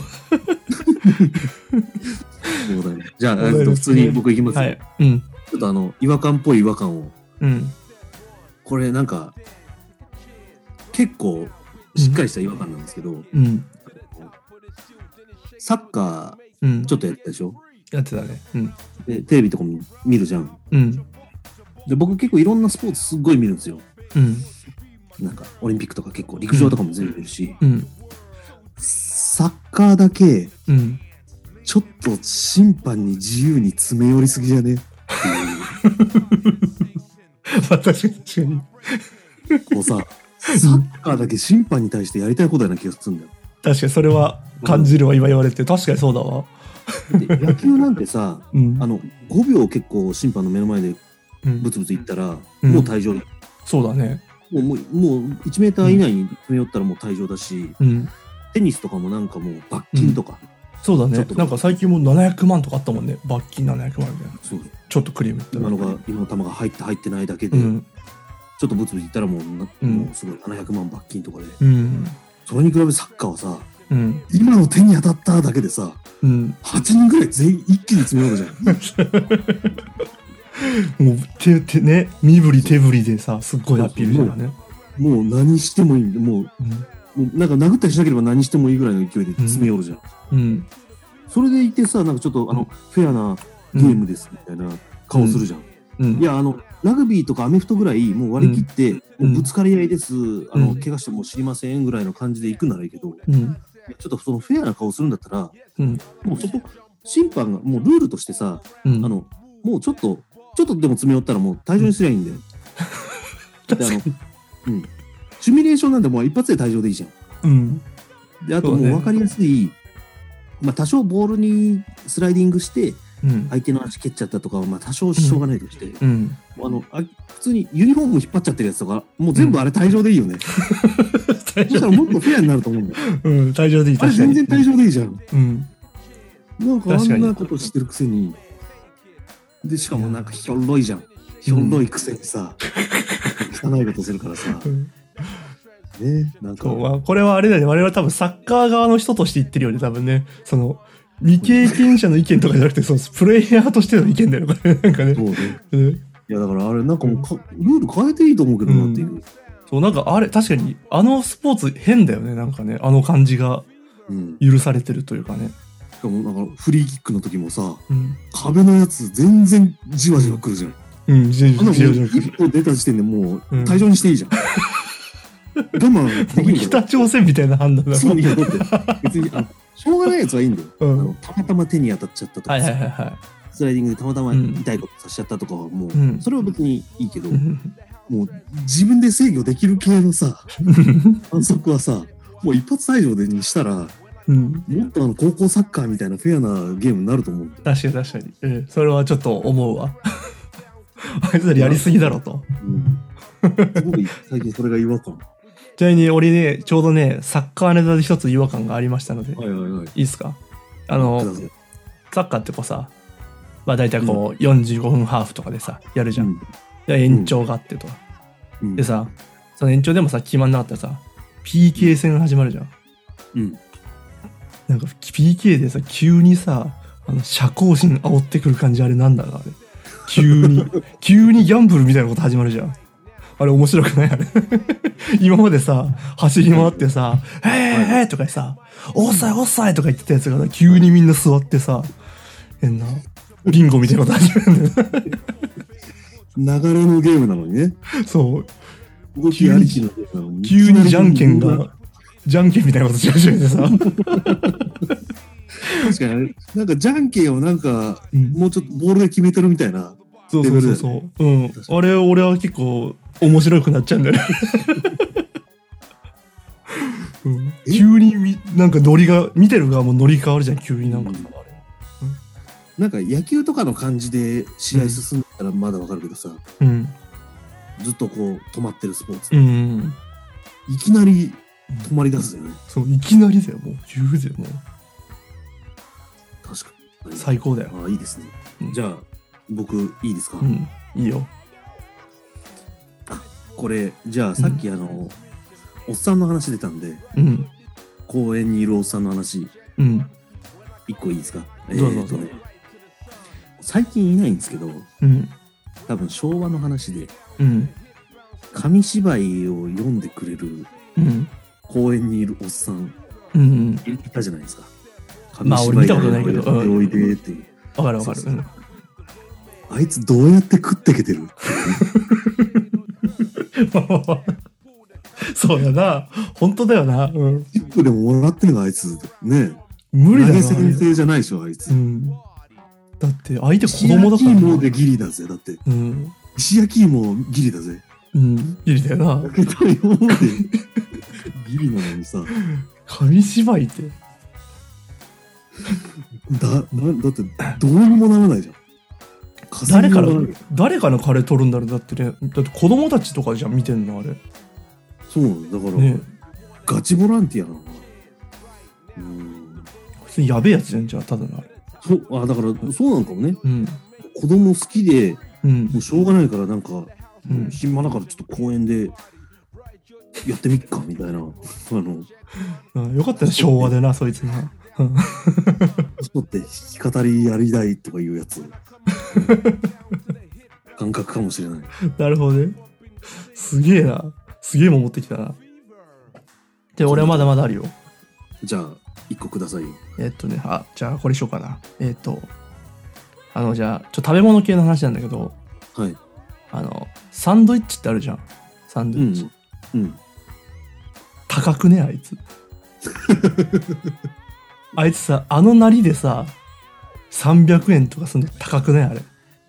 そうだね。じゃあ、普通に僕いきますよ。はい。うん。ちょっとあの、違和感っぽい違和感を。 うん。 これなんか、結構しっかりした違和感なんですけど、 うん。 サッカー、ちょっとやってたでしょ、うん、 やってたね。うん。 で、テレビとかも見るじゃん。 うん。 で、僕結構いろんなスポーツすっごい見るんですよ。 うん。 なんか、オリンピックとか結構、陸上とかも全部見るし、 うん。うん、 サッカーだけ、 うん。 ちょっと審判に自由に詰め寄りすぎじゃねっていう。 まあ確かに確かに。 こうさ、サッカーだけ審判に対してやりたいことやな気がするんだよ。 確かにそれは感じるわ、今言われて。確かにそうだわ。 で野球なんてさ、 うん、 あのごびょう結構審判の目の前でブツブツいったら、うん、もう退場だ、うん、 そうだね。 もうもうもういちメーター以内に詰め寄ったらもう退場だし、 うん、 テニスとかもなんかもう罰金とか、 うん、そうだね。なんか最近もうななひゃくまんとかあったもんね。罰金ななひゃくまんみたいな。 そうちょっとクリームって今のが今の球が入って入ってないだけで、うん、ちょっとブツブツいったらもうな、うん、もうすごいななひゃくまん罰金とかで、 うん、それに比べサッカーはさ、 うん、 今の手に当たっただけでさ、 うん、 はちにんぐらい全員一気に詰めようじゃん。もう手手ね、身振り手振りでさ、すっごいアピールじゃんね。 もう何してもいいんで、もう、うん、もうなんか殴ったりしなければ何してもいいぐらいの勢いで詰めようじゃん。 うんうん、 それでいてさ、なんかちょっとあの、うん、フェアなゲームですみたいな顔するじゃん。 うんうん、 いや、あのラグビーとかアメフトぐらいもう割り切って、うん、もうぶつかり合いです、あの怪我しても知りませんぐらいの感じでいくならいいけど、 うん、 ちょっとそのフェアな顔するんだったら、 うん、 もうそこ審判がもうルールとしてさ、うん、あのもうちょっとちょっとでも詰め寄ったらもう退場にすりゃいいんだよ。であの、うん、シミュレーションなんでもう一発で退場でいいじゃん。 うん、 であともう分かりやすい、ね、まあ多少ボールにスライディングして相手の足蹴っちゃったとかはまあ多少しょうがないとして、 うん、 あのあ普通にユニフォーム引っ張っちゃってるやつとかもう全部あれ退場でいいよね。うん、そしたらもっとフェアになると思うんだよ。 うん、退場でいい。 あれ全然退場でいいじゃん。 うん、 なんかあんなことしてるくせに、でしかもなんかひょろいじゃん。ひょろいくせにさ、うん、汚いことするからさ。うんね、なんかまあ、これはあれだよね。我々多分サッカー側の人として言ってるよね。多分ね、その未経験者の意見とかじゃなくて、そのプレイヤーとしての意見だよね。なんかね。そうね。うん、 いやだからあれなんかもうか、うん、ルール変えていいと思うけどなっていう。うん、 そうなんかあれ確かにあのスポーツ変だよね。なんかねあの感じが許されてるというかね。 しかもなんかフリーキックの時もさ、うん、壁のやつ全然じわじわ来るじゃん。 うん、じわじわ来る。 一歩出た時点でもう退場にしていいじゃん。我慢できる。 北朝鮮みたいな判断だ。 そういやだって別にあしょうがないやつはいいんだよ。うん、あのたまたま手に当たっちゃったとか、 はいはいはいはい、 スライディングでたまたま痛いことさせちゃったとかはもう、うん、それは別にいいけど、うん、もう自分で制御できる系のさ反則はさもう一発退場でにしたら、うん、もっとあの高校サッカーみたいなフェアなゲームになると思う。 確かに確かに、うん、それはちょっと思うわ。あいつらやりすぎだろと。 うん、すごい最近それが違和感。 ちなみに俺ねちょうどねサッカーネタで一つ違和感がありましたので、 はいはいはい、いいですか。あのサッカーってこうさ、まあ大体こうよんじゅうごふんハーフとかでさやるじゃん。うん、で延長があってと、うん、でさその延長でもさ決まんなかったらさ ピーケー 戦始まるじゃん。 うん、 なんか ピーケー でさ急にさあの社交心煽ってくる感じあれなんだろうあれ。急に急にギャンブルみたいなこと始まるじゃん。あれ面白くないあれ。今までさ走り回ってさ「へーへー」とかさ「おっさいおっさい」とか言ってたやつが急にみんな座ってさ変なビンゴみたいなこと始めるんだよ。 流れのゲームなのにね。 そう動きありきのゲームなのに急にじゃんけんがじゃんけんみたいなことし始めてさ。 確かになんかじゃんけんをなんか、うん、もうちょっとボールで決めてるみたいな、ね、 そうそうそうそう、うん、あれ俺は結構面白くなっちゃうんだよね。うん、急になんかノリが見てる側もノリ変わるじゃん急になんかさ、うん、 なんか野球とかの感じで試合進んだらまだわかるけどさ、 うん、 ずっとこう止まってるスポーツ、 うん、 いきなり止まり出すよね。 そういきなりだよもう言うぜもう確かに最高だよ。 ああいいですね、うん、じゃあ僕いいですか。 うんいいよ。 あこれじゃあさっきあの、うん、おっさんの話出たんで、 うん、 公園にいるおっさんの話、 うん、 一個いいですか。 どうぞどうぞ、 えーね、最近いないんですけど、 うん、 多分昭和の話で、 うん、 紙芝居を読んでくれる、 うん、 公園にいるおっさん、 うん、 いたじゃないですか。 まあ俺見たことないけど、 紙芝居をやっておいでっていう。 わかるわかる。うん、 あいつどうやって食ってけてるそうだな。本当だよな。うん。 チップでももらってるのあいつ。ね。 無理だな。 先生じゃないでしょ、あいつ。 うん。だって相手子供だから。石焼き芋でギリだぜ、だって。 うん。 石焼き芋ギリだぜ。 うん。ギリだよな。だけど今までギリなのにさ。 紙芝居って。 だ、な、だってどうにもならないじゃん。 誰から、誰かのカレー取るんだろう。だってね、だって子供たちとかじゃん見てんのあれ。 そうなんだ、だから、ね、ガチボランティアなのかな。うん。 普通にやべえやつじゃん、じゃあ、ただのあれ。 そう、あ、だから、そうなのかもね。 うん。 子供好きで、 うん、 もうしょうがないから、なんか、 うん、 暇だからちょっと公園でやってみっか、みたいな。あの、 うん、よかったね、昭和でな、そいつが。 そうって弾き語りやりたいとかいうやつ。感覚かもしれない。 なるほどね。すげえな。すげえもん持ってきたな。で、俺はまだまだあるよ。 じゃあ、一個くださいよ。 えっとね、あ、じゃあこれしようかな。えっと、あの、じゃあ、ちょっと食べ物系の話なんだけど、 はい。 あの、サンドイッチってあるじゃん。サンドイッチ。 うん。うん、 高くね、あいつ。あいつさ、あのなりでさ、さんびゃくえんとかすんの高くね、あれ。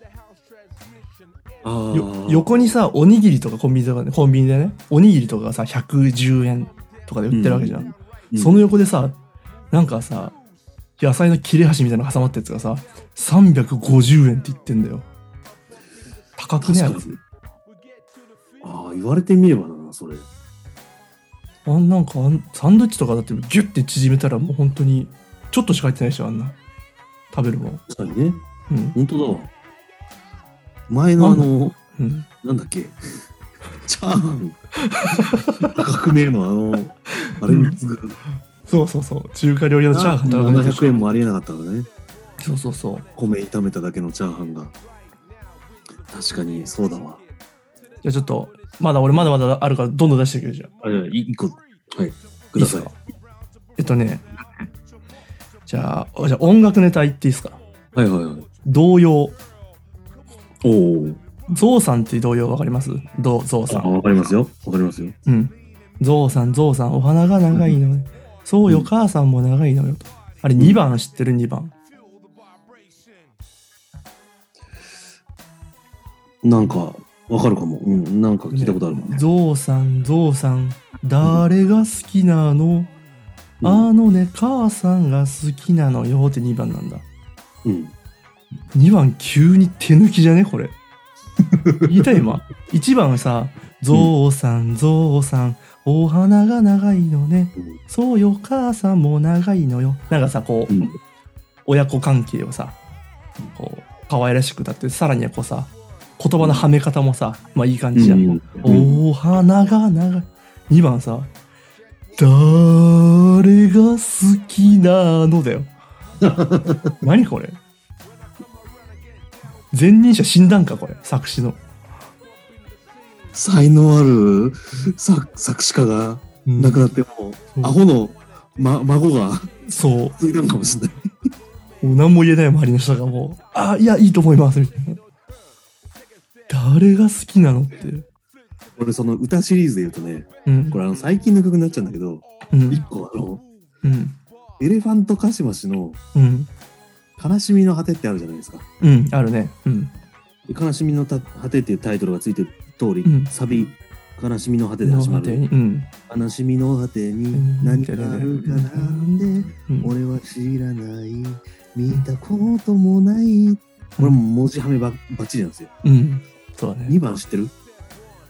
あよ横にさおにぎりとかコンビニとかねコンビニでねおにぎりとかがさひゃくじゅうえんとかで売ってるわけじゃん、うんうん、その横でさなんかさ野菜の切れ端みたいなの挟まったやつがささんびゃくごじゅうえんって言ってんだよ。高くねやつ。 ああ言われてみればなそれ。 あんなんかあんサンドイッチとかだってギュッて縮めたらもう本当にちょっとしか入ってないでしょあんな食べるもん。 確かにね、 うん、 本当だわ。前のあの、 うん、 なんだっけ、チャーハン、高くねえの、あの、あれに次ぐ。 そうそうそう、中華料理のチャーハン高くねえ。ななひゃくえんもありえなかったからね。 そうそうそう。 米炒めただけのチャーハンが。確かに、そうだわ。 じゃあちょっと、まだ俺まだまだあるからどんどん出してくれじゃん。 あ、じゃあ、一個、はい、ください。いいえっとね、じゃあ、じゃあ音楽ネタ言っていいですか。 はいはいはい。 童謡。 おお。 ゾウさんって童謡わかります？ゾウゾウさん。 あ、わかりますよ。わかりますよ。 うん。ゾウさん、ゾウさん、お花が長いの、ね。うん、そうよ、母さんも長いのよ。と。あれにばん知ってる？ に 番。 なんか、わかるかも。うん、なんか聞いたことあるもんね。 ゾウさん、ゾウさん、誰が好きなの、うん、あのね、母さんが好きなのよってにばんなんだ。 うん。 にばん急に手抜きじゃねこれ。言いたい今。いちばんはさ、ゾウさん、ゾウさん、お花が長いのね。うん、そうよ、母さんも長いのよ。なんかさ、こう、うん、親子関係をさ、こう、可愛らしくだって、さらにはこうさ、言葉のはめ方もさ、まあいい感じじゃん。うんうん、お花が長い。にばんさ、誰が好きなのだよ。何これ。前任者死んだんかこれ作詞の。 才能ある作作詞家が亡くなっても、うん、アホの、ま、孫がそう継いだのかもしれない。 もう何も言えない周りの人がもうあいやいいと思いますみたいな。誰が好きなのって。 俺その歌シリーズで言うとね、 うん、 これあの最近の曲になっちゃうんだけど、 うん、 一個あの、 うん、 エレファントカシマシの、 うん悲しみの果てってあるじゃないですか。 うん、あるね。うん。 悲しみの果てっていうタイトルがついてる通り、うん、サビ、悲しみの果てで始まる。 うん、 悲しみの果てに何かあるかなんで、うん、俺は知らない、見たこともない。これも文字はめばバッチリなんですよ。 うん、そうだね。 にばん知ってる？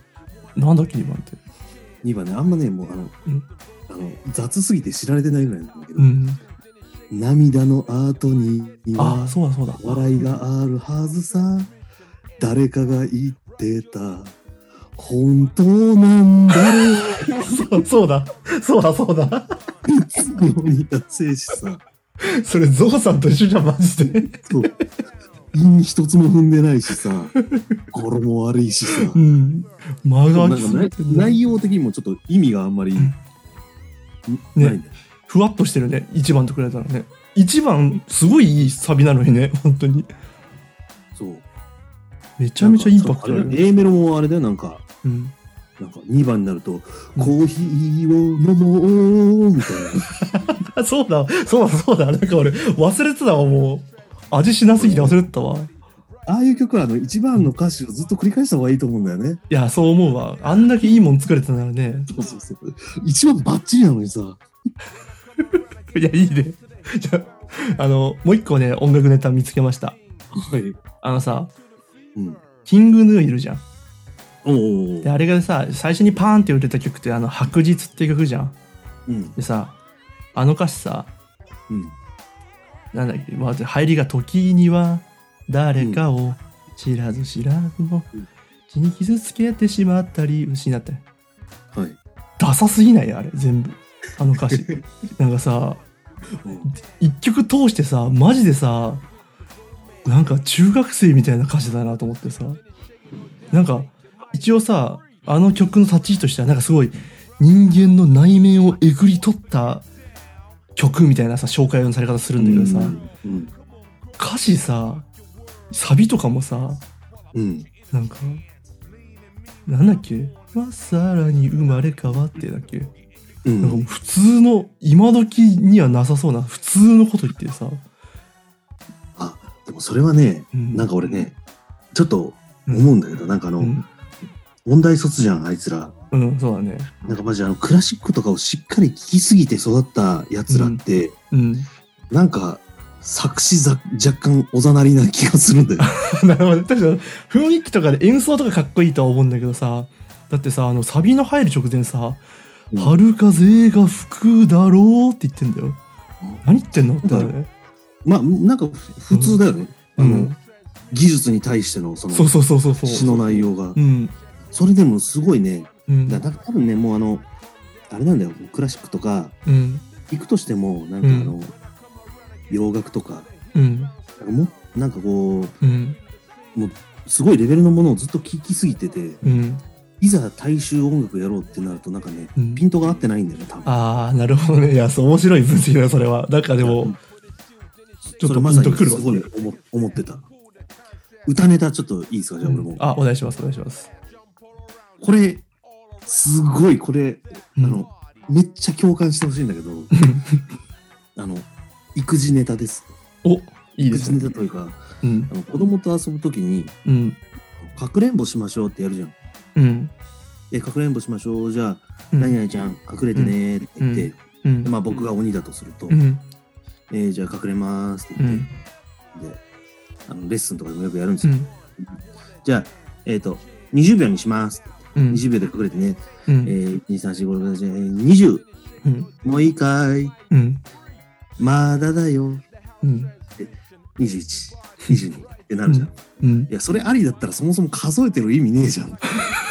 なんだっけにばんって。 にばんね、あんまね、もうあの、 うん、 あの雑すぎて知られてないぐらいなんだけど、 うん、 涙の後にはあ、そうだそうだ、 笑いがあるはずさ、誰かが言ってた、本当なんだろう。そうだ、そうだそうだ。 そうに達成しさ。 それゾウさんと一緒じゃんマジで。 そう。韻一つも踏んでないしさ、語呂も悪いしさ。うん。 間がなんか内容的にもちょっと意味があんまり、うん、ないんだよ。 ふわっとしてるね、いちばんと比べたらね。いちばんすごいいいサビなのにね、本当に。 そう。 めちゃめちゃインパクトある、 ね。A メロもあれだよ、なんか、うん、なんかにばんになると、うん、コーヒーを飲もうみたいな。そうだ、そうだ、そうだ。なんか俺忘れてたわ、もう。味しなすぎて忘れてたわ。 ああいう曲はあのいちばんの歌詞をずっと繰り返した方がいいと思うんだよね。 いや、そう思うわ。あんだけいいもん作れてたならね。 そうそうそう。いちばんバッチリなのにさ。 いや、いいね。じゃあ、あの、もう一個ね、音楽ネタ見つけました。 はい。 あのさ、うん、キングヌーいるじゃん。 おー。 で、あれがさ、最初にパーンって売れた曲って、あの、白日って曲じゃん。うん。でさ、あの歌詞さ、うん。なんだっけ、まず入りが時には誰かを知らず知らずの血に傷つけてしまったり失ったり、はい、ダサすぎないあれ全部あの歌詞なんかさ一曲通してさマジでさなんか中学生みたいな歌詞だなと思ってさ、なんか一応さあの曲の立ち位置としてはなんかすごい人間の内面をえぐり取った曲みたいなさ紹介のされ方するんだけどさ、うんうん、歌詞さサビとかもさ、うん、なんかなんだっけまさらに生まれ変わってだっけ、うん、なんか普通の今時にはなさそうな普通のこと言ってさ、 あでもそれはね、うん、なんか俺ねちょっと思うんだけど、うん、なんかあの、うん、音大卒じゃんあいつら。 うん、そうだね。 なんかマジあのクラシックとかをしっかり聴きすぎて育ったやつらって、うんうん、なんか作詞ざ若干おざなりな気がするんだよ。 なるほど。確かに雰囲気とかで演奏とかかっこいいとは思うんだけどさ、だってさあのサビの入る直前さ、うん、春風が吹くだろうって言ってんだよ。うん、何言ってんのってね。 まあなんか普通だよね。うん、あの技術に対してのその詩の内容が。うん、それでもすごいね。うん、だから多分ねもうあのあれなんだよクラシックとか、うん、行くとしてもなんかあの、うん、洋楽とか、うん、なんかもなんかこう、うん、もうすごいレベルのものをずっと聴きすぎてて、うん、いざ大衆音楽やろうってなるとなんかね、うん、ピントが合ってないんだよね多分。 ああなるほどね。いやそう面白い分析だそれは。なんかでもちょっとピンとくるわ。すごい思, 思ってた。歌ネタちょっといいですかじゃあ俺も、うん、 あお願いしますお願いします。 これすごいこれ、うん、あのめっちゃ共感してほしいんだけどあの育児ネタです。 おいいですね。 育児ネタというか、うん、あの子供と遊ぶときに、うん、かくれんぼしましょうってやるじゃん。うん、えかくれんぼしましょうじゃあ、うん、何々ちゃん隠れてねって言って、うん、でまあ、僕が鬼だとすると、うん、えー、じゃあ隠れますって言って、うん、であのレッスンとかでもよくやるんですよ。うん、じゃあえっ、ー、とにじゅうびょうにしますって。うん、にじゅうびょうで隠れてね、うんえー、に、さん、し、ご、ろく、なな、にじゅう、うん、もういいかい、うん、まだだよ、うん、にじゅういち、にじゅうにってなるじゃん、うんうん、いやそれありだったらそもそも数えてる意味ねえじゃん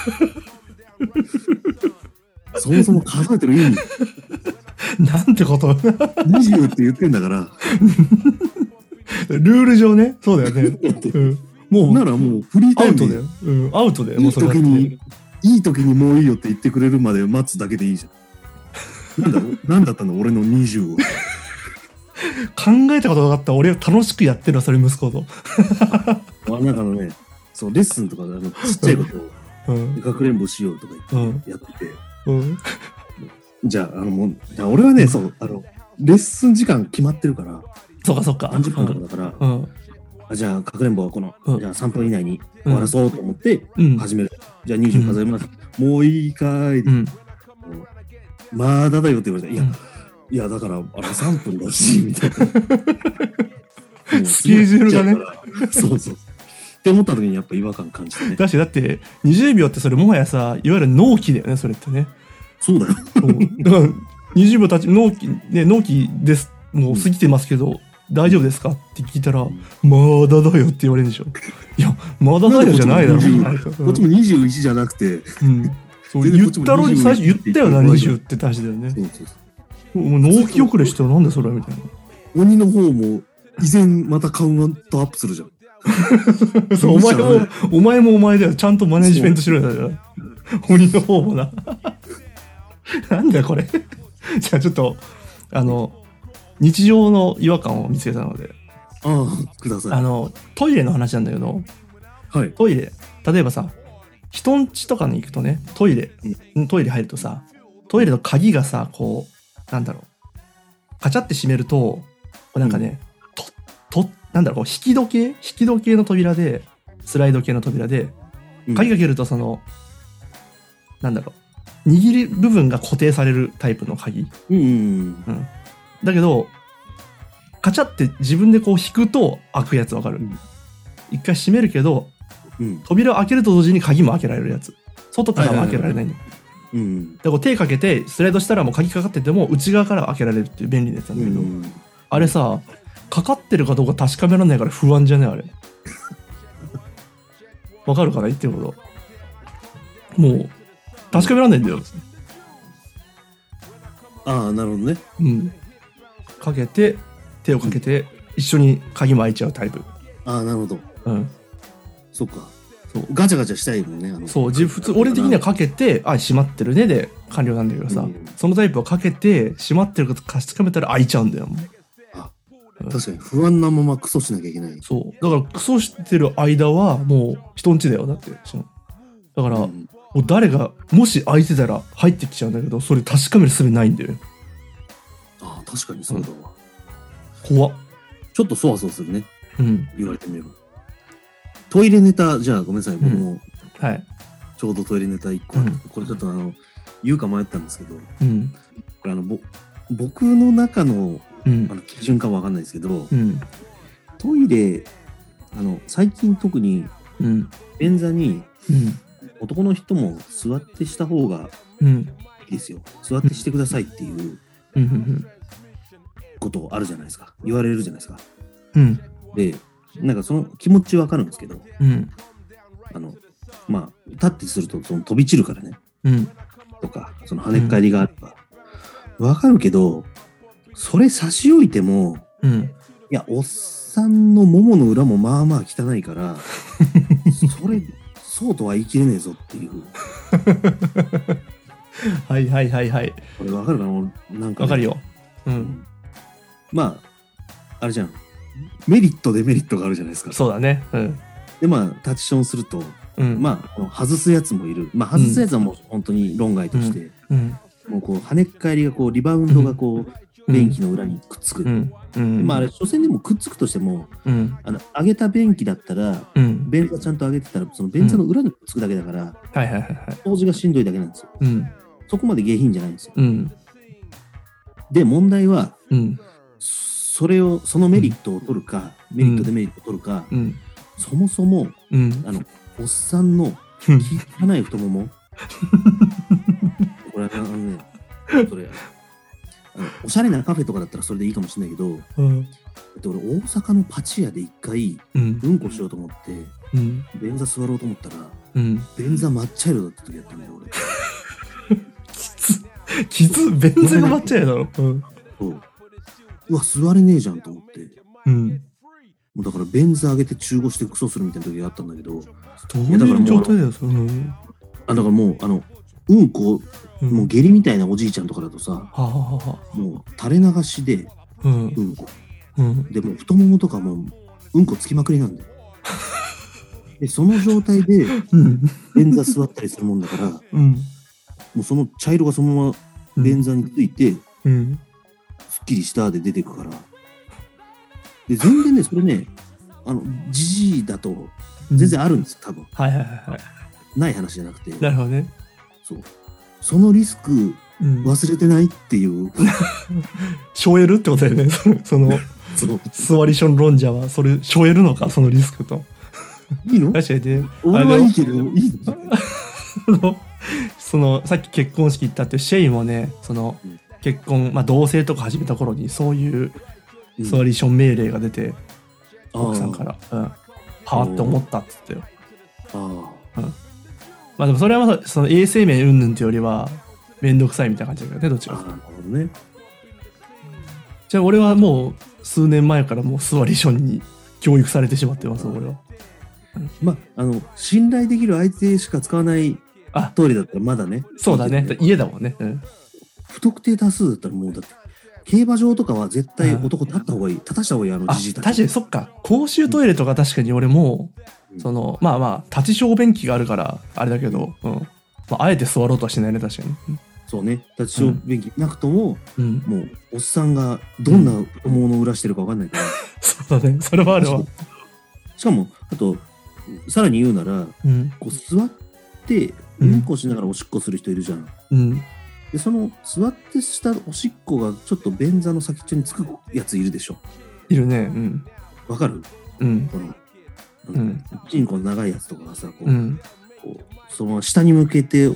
そもそも数えてる意味なんてことにじゅうって言ってんだからルール上ねそうだよね、うん、もうならもうフリータイムアウトだよ、うん、アウトだよ。 いい時にいい時にもういいよって言ってくれるまで待つだけでいいじゃん。なんだろうなんだったの俺のにじゅうを考えたことなかった。俺楽しくやってるわそれ息子とあなんかのねそうレッスンとかであのちっちゃいことをかくれんぼしようとか言ってやってて、うんうん、じゃああのもう俺はね、うん、そうあのレッスン時間決まってるからそうかそうかさんじゅっぷんとかだから、うんうんあじゃあかくれんぼはこの、うん、じゃあさんぷん以内に終わらそうと思って始める、うん、じゃあにじゅう数えます、うん、もういいかーい、うん、まだだよって言われた。いや、うん、いやだからあのさんぷんだしみたいなスケジュールがねそうそうっって思った時にやっぱ違和感感じてね。 だしだってにじゅうびょうってそれもはやさ、いわゆる納期だよね、それってね。 そうだよ。 だからにじゅうびょう経ち納期ね、納期ですもう過ぎてますけど、うん、大丈夫ですかって聞いたら、うん、まだだよって言われるんでしょ。いやまだだよじゃないだろ。 こっちもにじゅういちじゃなくて、うん、 そう言ったろに最初言ったよなにじゅうって話だよね。そうそうそう、もう納期遅れしてなんでそれみたいな。 鬼の方も依然またカウントアップするじゃん。 そうお前もお前もお前だよ、ちゃんとマネジメントしろよ。鬼の方もな。なんだよこれ。じゃあちょっとあの日常の違和感を見つけたので、 ああください。 あのトイレの話なんだけど、 はい、 トイレ例えばさ、人ん家とかに行くとね、トイレ、うん、トイレ入るとさ、トイレの鍵がさ、こうなんだろう、カチャって閉めるとなんかね、うん、ととなんだろう、引き時計引き時計の扉で、スライド系の扉で、鍵かけるとその、うん、なんだろう、握り部分が固定されるタイプの鍵、 うんうんうんうん、だけどカチャって自分でこう引くと開くやつわかる、うん、一回閉めるけど、うん、扉を開けると同時に鍵も開けられるやつ、外からは開けられないんだよ、うん、でこう手かけてスライドしたらもう鍵かかってても内側から開けられるっていう便利なやつなんだけど、うん、あれさかかってるかどうか確かめられないから不安じゃねあれ。わかるかな言ってること。もう確かめられないんだよ。 ああなるほどね。 うん。かけて手をかけて一緒に鍵も開いちゃうタイプ。 ああなるほど。 うん。 そっか。そうガチャガチャしたいもんね。あのそう普通俺的にはかけてあ閉まってるねで完了なんだけどさ、うん、そのタイプはかけて閉まってるか確かめたら開いちゃうんだよ。もう確かに不安なままクソしなきゃいけない。 そうだからクソしてる間はもう人んちだよ。だってそのだから、うん、もう誰がもし開いてたら入ってきちゃうんだけど、それ確かめる術ないんだよ。 ああ確かにそうだわ、 うん、怖っ。 ちょっとそわそわするね、 うん、 言われてみれば。トイレネタじゃあごめんなさい、僕も、 うん、はい、 ちょうどトイレネタいっこあって、うん、これちょっとあの言うか迷ったんですけど、 うん、 これあのぼ僕の中のうん、あの基準かもわかんないですけど、 うん、 トイレあの最近特に便座に、うん、男の人も座ってした方がいいですよ、うん、座ってしてくださいっていうことあるじゃないですか、言われるじゃないですか、 うん、 でなんかその気持ちわかるんですけど、 うん、 あのまあ立ってするとその飛び散るからね、 うん、 とかその跳ねっ返りがあるかわかるけど、それ差し置いても、 うん、 いやおっさんのももの裏もまあまあ汚いからそれそうとは言い切れねえぞっていうはいはいはいはい、 これわかるかな、なんか、ね、 わかるよ、うん、 まああれじゃん、メリットデメリットがあるじゃないですか。 そうだね、うん、 でまあタッチションすると、 うん、 まあ外すやつもいる、まあ外すやつはもう本当に論外として、 うんうん、 もうこう跳ねっ返りがこうリバウンドがこう、うん便器の裏にくっつく、 うんうん、 まああれ所詮でもくっつくとしても、 うん、 あの上げた便器だったら、 うん、 便座ちゃんと上げてたらその便座の裏にくっつくだけだから、 うん、はいはいはいはい、 掃除がしんどいだけなんですよ、 うん、 そこまで下品じゃないんですよ、 うん、 で問題は、 うん、 それをそのメリットを取るか、うん、メリットデメリットを取るか、 うん、 そもそも、 うん、 あのおっさんの汚い太ももこれあのねそれおしゃれなカフェとかだったらそれでいいかもしれないけど、 うん、 俺大阪のパチ屋で一回、うん、うんこしようと思って、うん、便座座ろうと思ったら、うん、便座抹茶色だった時やったんだよ俺きつきつ便座が抹茶色だろ、うん、 そううわ座れねえじゃんと思って、 うん、 もうだから便座上げて中腰してクソするみたいな時があったんだけど、どういう状態だよそれ、うん、 あだからもうあのうんこ、うん、もう下痢みたいなおじいちゃんとかだとさ、 はあはあ、もう垂れ流しで、 うん、 うんこ、 うん、 でも太ももとかもうんこつきまくりなんだよでその状態で便座座ったりするもんだから、 うん、 もうその茶色がそのまま便座について、 うん、 すっきりしたで出てくからで全然ねそれねあのジジイだと全然あるんです多分、 はいはいはいはい、 ない話じゃなくて、 なるほどね、 そうそのリスク忘れてないっていう、うん、 背負えるってことだよねその座りション論者はそれ背負えるのかそのリスクといいの？ 確かにね。 俺はいいけど、いいのその、さっき結婚式行ったってシェイもね、その、うん、結婚、まあ同棲とか始めた頃にそういう座りション命令が出て、うん、奥さんから、うん、はぁって思ったっつってよ。あ、うん、まあでもそれはまだその衛生面云々というよりはめんどくさいみたいな感じだけどね、どっちか。なるほどね。じゃあ俺はもう数年前からもう座りションに教育されてしまってます、俺は。 うん、まああの信頼できる相手しか使わないトイレだったらまだね。 そうだね。家だもんね。うん、 不特定多数だったらもうだって競馬場とかは絶対男立った方がいい、立たした方がいい、あのじじいたち。 確かにそっか。公衆トイレとか確かに俺も、うん、そのまあまあ立ち小便器があるからあれだけど、うん、まあ、あえて座ろうとはしないね、確かに。うん、 そうね。立ち小便器なくとも、うん、もうおっさんがどんな太ももの裏してるか分かんないから。 そうだね。それはあるわ。 しかもあとさらに言うなら、うん、こう座ってうんこしながらおしっこする人いるじゃん。うん、でその座ってしたおしっこがちょっと便座の先っちょにつくやついるでしょ。 いるね。うん。 わかる？うん。このうん。チンコの長いやつとかがさ、こう、うん、こうそのまま下に向けて、うん、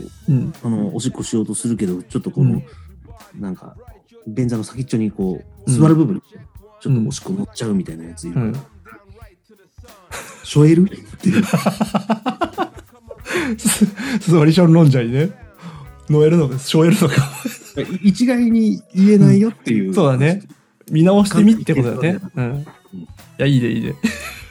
あのおしっこしようとするけど、ちょっとこの、うん、なんか便座の先っちょにこう座る部分、うん、ちょっとおしっこ乗っちゃうみたいなやついるから。うん、しょえるっていう。 座りション飲んじゃいね。飲えるのか、しょえるのか。 一概に言えないよっていう。 うん、そうだね。見直してみってことだね。うん。いや、いいね、いいね。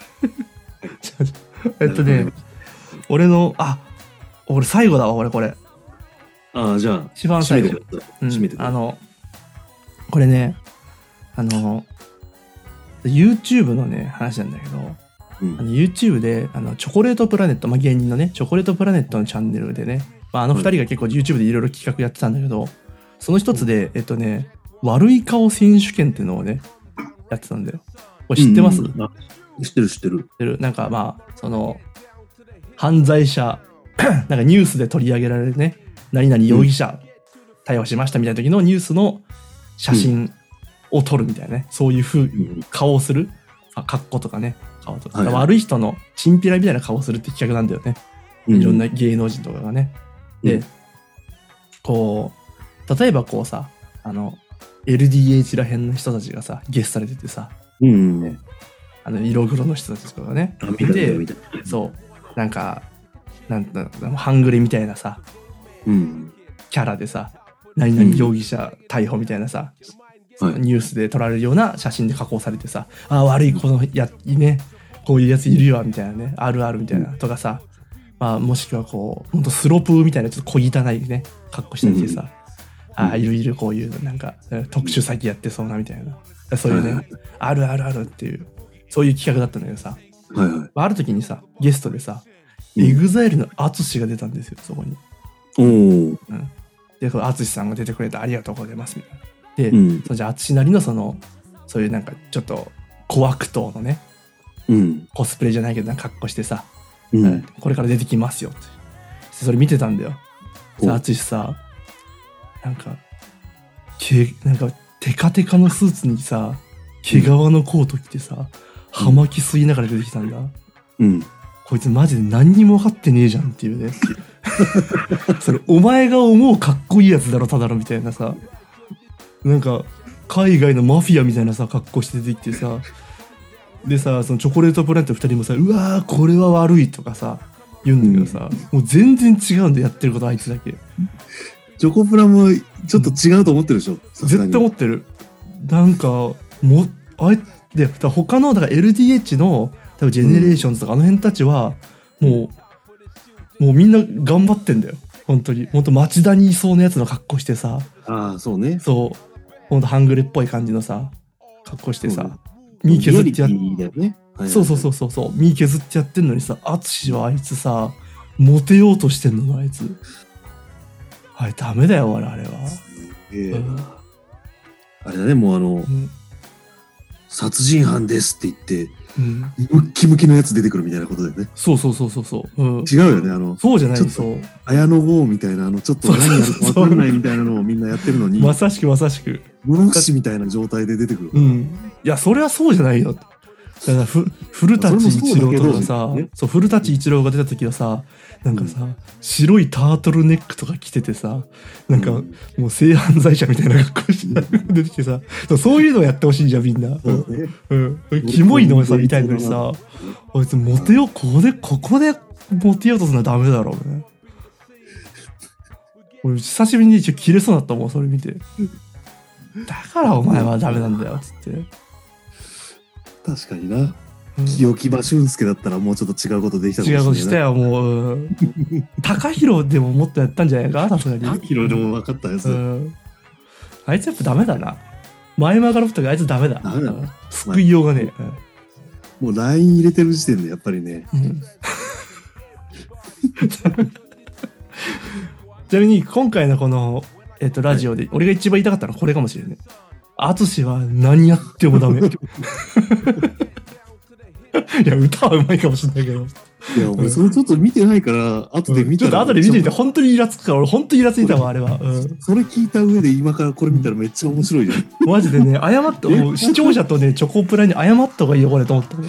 えっとね、俺の、あ、俺最後だわ、俺これ。 ああ、じゃあ。 一番最後。 締めてくれ。 あの、これね、あの、YouTube のね、話なんだけど、うん、あの YouTube であのチョコレートプラネット、まあ、芸人のねチョコレートプラネットのチャンネルでね、まあ、あのふたりが結構 YouTube でいろいろ企画やってたんだけど、その一つで、えっとね、悪い顔選手権っていうのをねやってたんだよ。これ知ってます？うん、 あ、知ってる知ってる。知ってる。 なんかまあその犯罪者なんかニュースで取り上げられるね、何々容疑者逮捕しましたみたいな時のニュースの写真を撮るみたいなね、そういう風に顔をする、あ、格好とかね、顔とか、はいはい、悪い人のチンピラみたいな顔をするって企画なんだよね、うん、いろんな芸能人とかがね、うん、でこう例えばこうさ、あの エルディーエイチ らへんの人たちがさゲストされててさ、うんね、あの色黒の人たちとかねで、そうなんかなんだ半グレみたいなさ、うん、キャラでさ何々容疑者逮捕みたいなさ、うん、ニュースで撮られるような写真で加工されてさ、あ、悪いこのやね、こういうやついるよみたいなね、あるあるみたいなとかさ、まあ、もしくはこうほんとスロープみたいなちょっと小汚いね格好したりしてさ、うん、あ、いるいるこういうなんか特殊詐欺やってそうなみたいな、そういうね、はい、あるあるあるっていうそういう企画だったんだけどさ、はいはい、ある時にさゲストでさ、うん、エグザイルの淳が出たんですよ、そこに。おー、うん、で淳さんが出てくれてありがとうございますみたいな。で、うん、そのじゃあ淳なりのそのそういうなんかちょっと小悪党のね、うん、コスプレじゃないけどなんか格好してさ、うん、これから出てきますよってそれ見てたんだよ。さ、淳さなんかけなんかテカテカのスーツにさ毛皮のコート着てさ、うん、葉巻吸いながら出てきたんだ。うん、こいつマジで何にも分かってねえじゃんっていうねそれお前が思うかっこいいやつだろただろみたいなさ、なんか海外のマフィアみたいなさ格好して出てきてさ、でさそのチョコレートプラネットふたりもさ、うわーこれは悪いとかさ言うんだけどさ、うん、もう全然違うんだやってることあいつだけ。 チョコプラもちょっと違うと思ってるでしょ、うん、 絶対思ってる。なんかもあいで他のだから エルディーエイチ の多分ジェネレーションズとかあの辺たちはもう、もうみんな頑張ってんだよ本当に。本当町田にいそうなやつの格好してさ、 ああそうね、 そう本当半グレっぽい感じのさ格好してさ、ね、身削ってやって、ね、はいはい、そうそうそうそうそう身削ってやってんのにさ、淳はあいつさモテようとしてんのあいつ。あれダメだよあれあれは。えーうん、 あれだね、もうあの、うん、殺人犯ですって言って、うん、ムッキムキのやつ出てくるみたいなことだよね。 そうそうそうそうそう、うん、 違うよね、あのそうじゃない、そう綾野剛みたいなあのちょっと何やるか分からないみたいなのをみんなやってるのにまさしくまさしく室伏みたいな状態で出てくる、 うん、いやそれはそうじゃないよ。 だからふ古舘一郎とかさ、そう古舘一郎が出た時はさ、なんかさ、うん、白いタートルネックとか着ててさ、なんかもう性犯罪者みたいな格好して出てきてさ、そういうのをやってほしいじゃんみんな。うんうん、キモいのをさ見たいのにさ、あいつモテようここでここでモテようとするのはダメだろうね。俺久しぶりに一応切れそうだったもんそれ見て。だからお前はダメなんだよっつって。 確かにな。清木場俊介だったらもうちょっと違うことできたかもしれない。 違うことしたよもう。高弘でももっとやったんじゃないかさすがに。 高弘でも分かったやつ、うん。 あいつやっぱダメだな。前曲がるとかあいつダメだ。 ダメだ。 救いようがねえ。 もうライン入れてる時点でやっぱりね。うん、 ちなみに今回のこの、えっと、ラジオで俺が一番言いたかったのはこれかもしれない。淳は何やってもダメ。いや歌はうまいかもしれないけど。 いや俺それちょっと見てないから後で見たら、 うん、ちょっと後で見てみて本当にイラつくから俺本当にイラついたわあれは、うん、 それ聞いた上で今からこれ見たらめっちゃ面白いじゃん。 マジでね謝ってもう視聴者とねチョコプラに謝った方がいいよこれと思った。い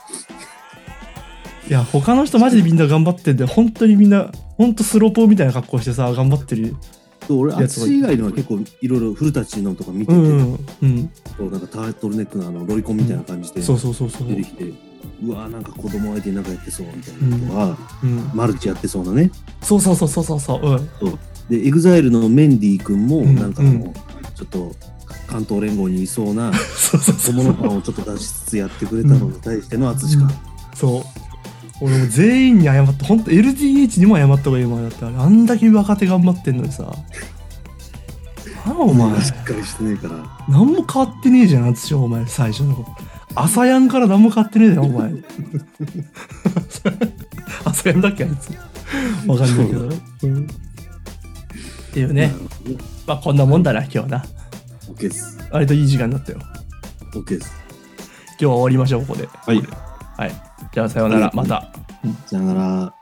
や他の人マジでみんな頑張ってんで本当にみんな本当スローポーみたいな格好してさ頑張ってる。 俺淳以外のは結構いろいろ古舘のとか見てて、うんうん、そうなんかタートルネックのあのロリコンみたいな感じで出てきて、うわーなんか子供相手になんかやってそうみたいなのが、うんうん、マルチやってそうなね。 そうそうそうそうそうそう、うん、 そうでエグザイルのメンディー君もなんかあの、うん、ちょっと関東連合にいそうな小物感をちょっと出しつつやってくれたのに対しての淳か、うん、 そう俺も全員に謝って本当 エルディーエイチ にも謝った方がいいもんだって。あんだけ若手頑張ってんのにさあお前しっかりしてねえから何も変わってねえじゃん淳お前最初の朝やんから何も変わってねえだよお前。朝やんだっけあいつわかんないけど、うん、っていうねまあこんなもんだな今日はな。 OK です割といい時間だったよ。 OK です今日は終わりましょうここで。 はいはいじゃあさようなら、はい、また、 さようなら。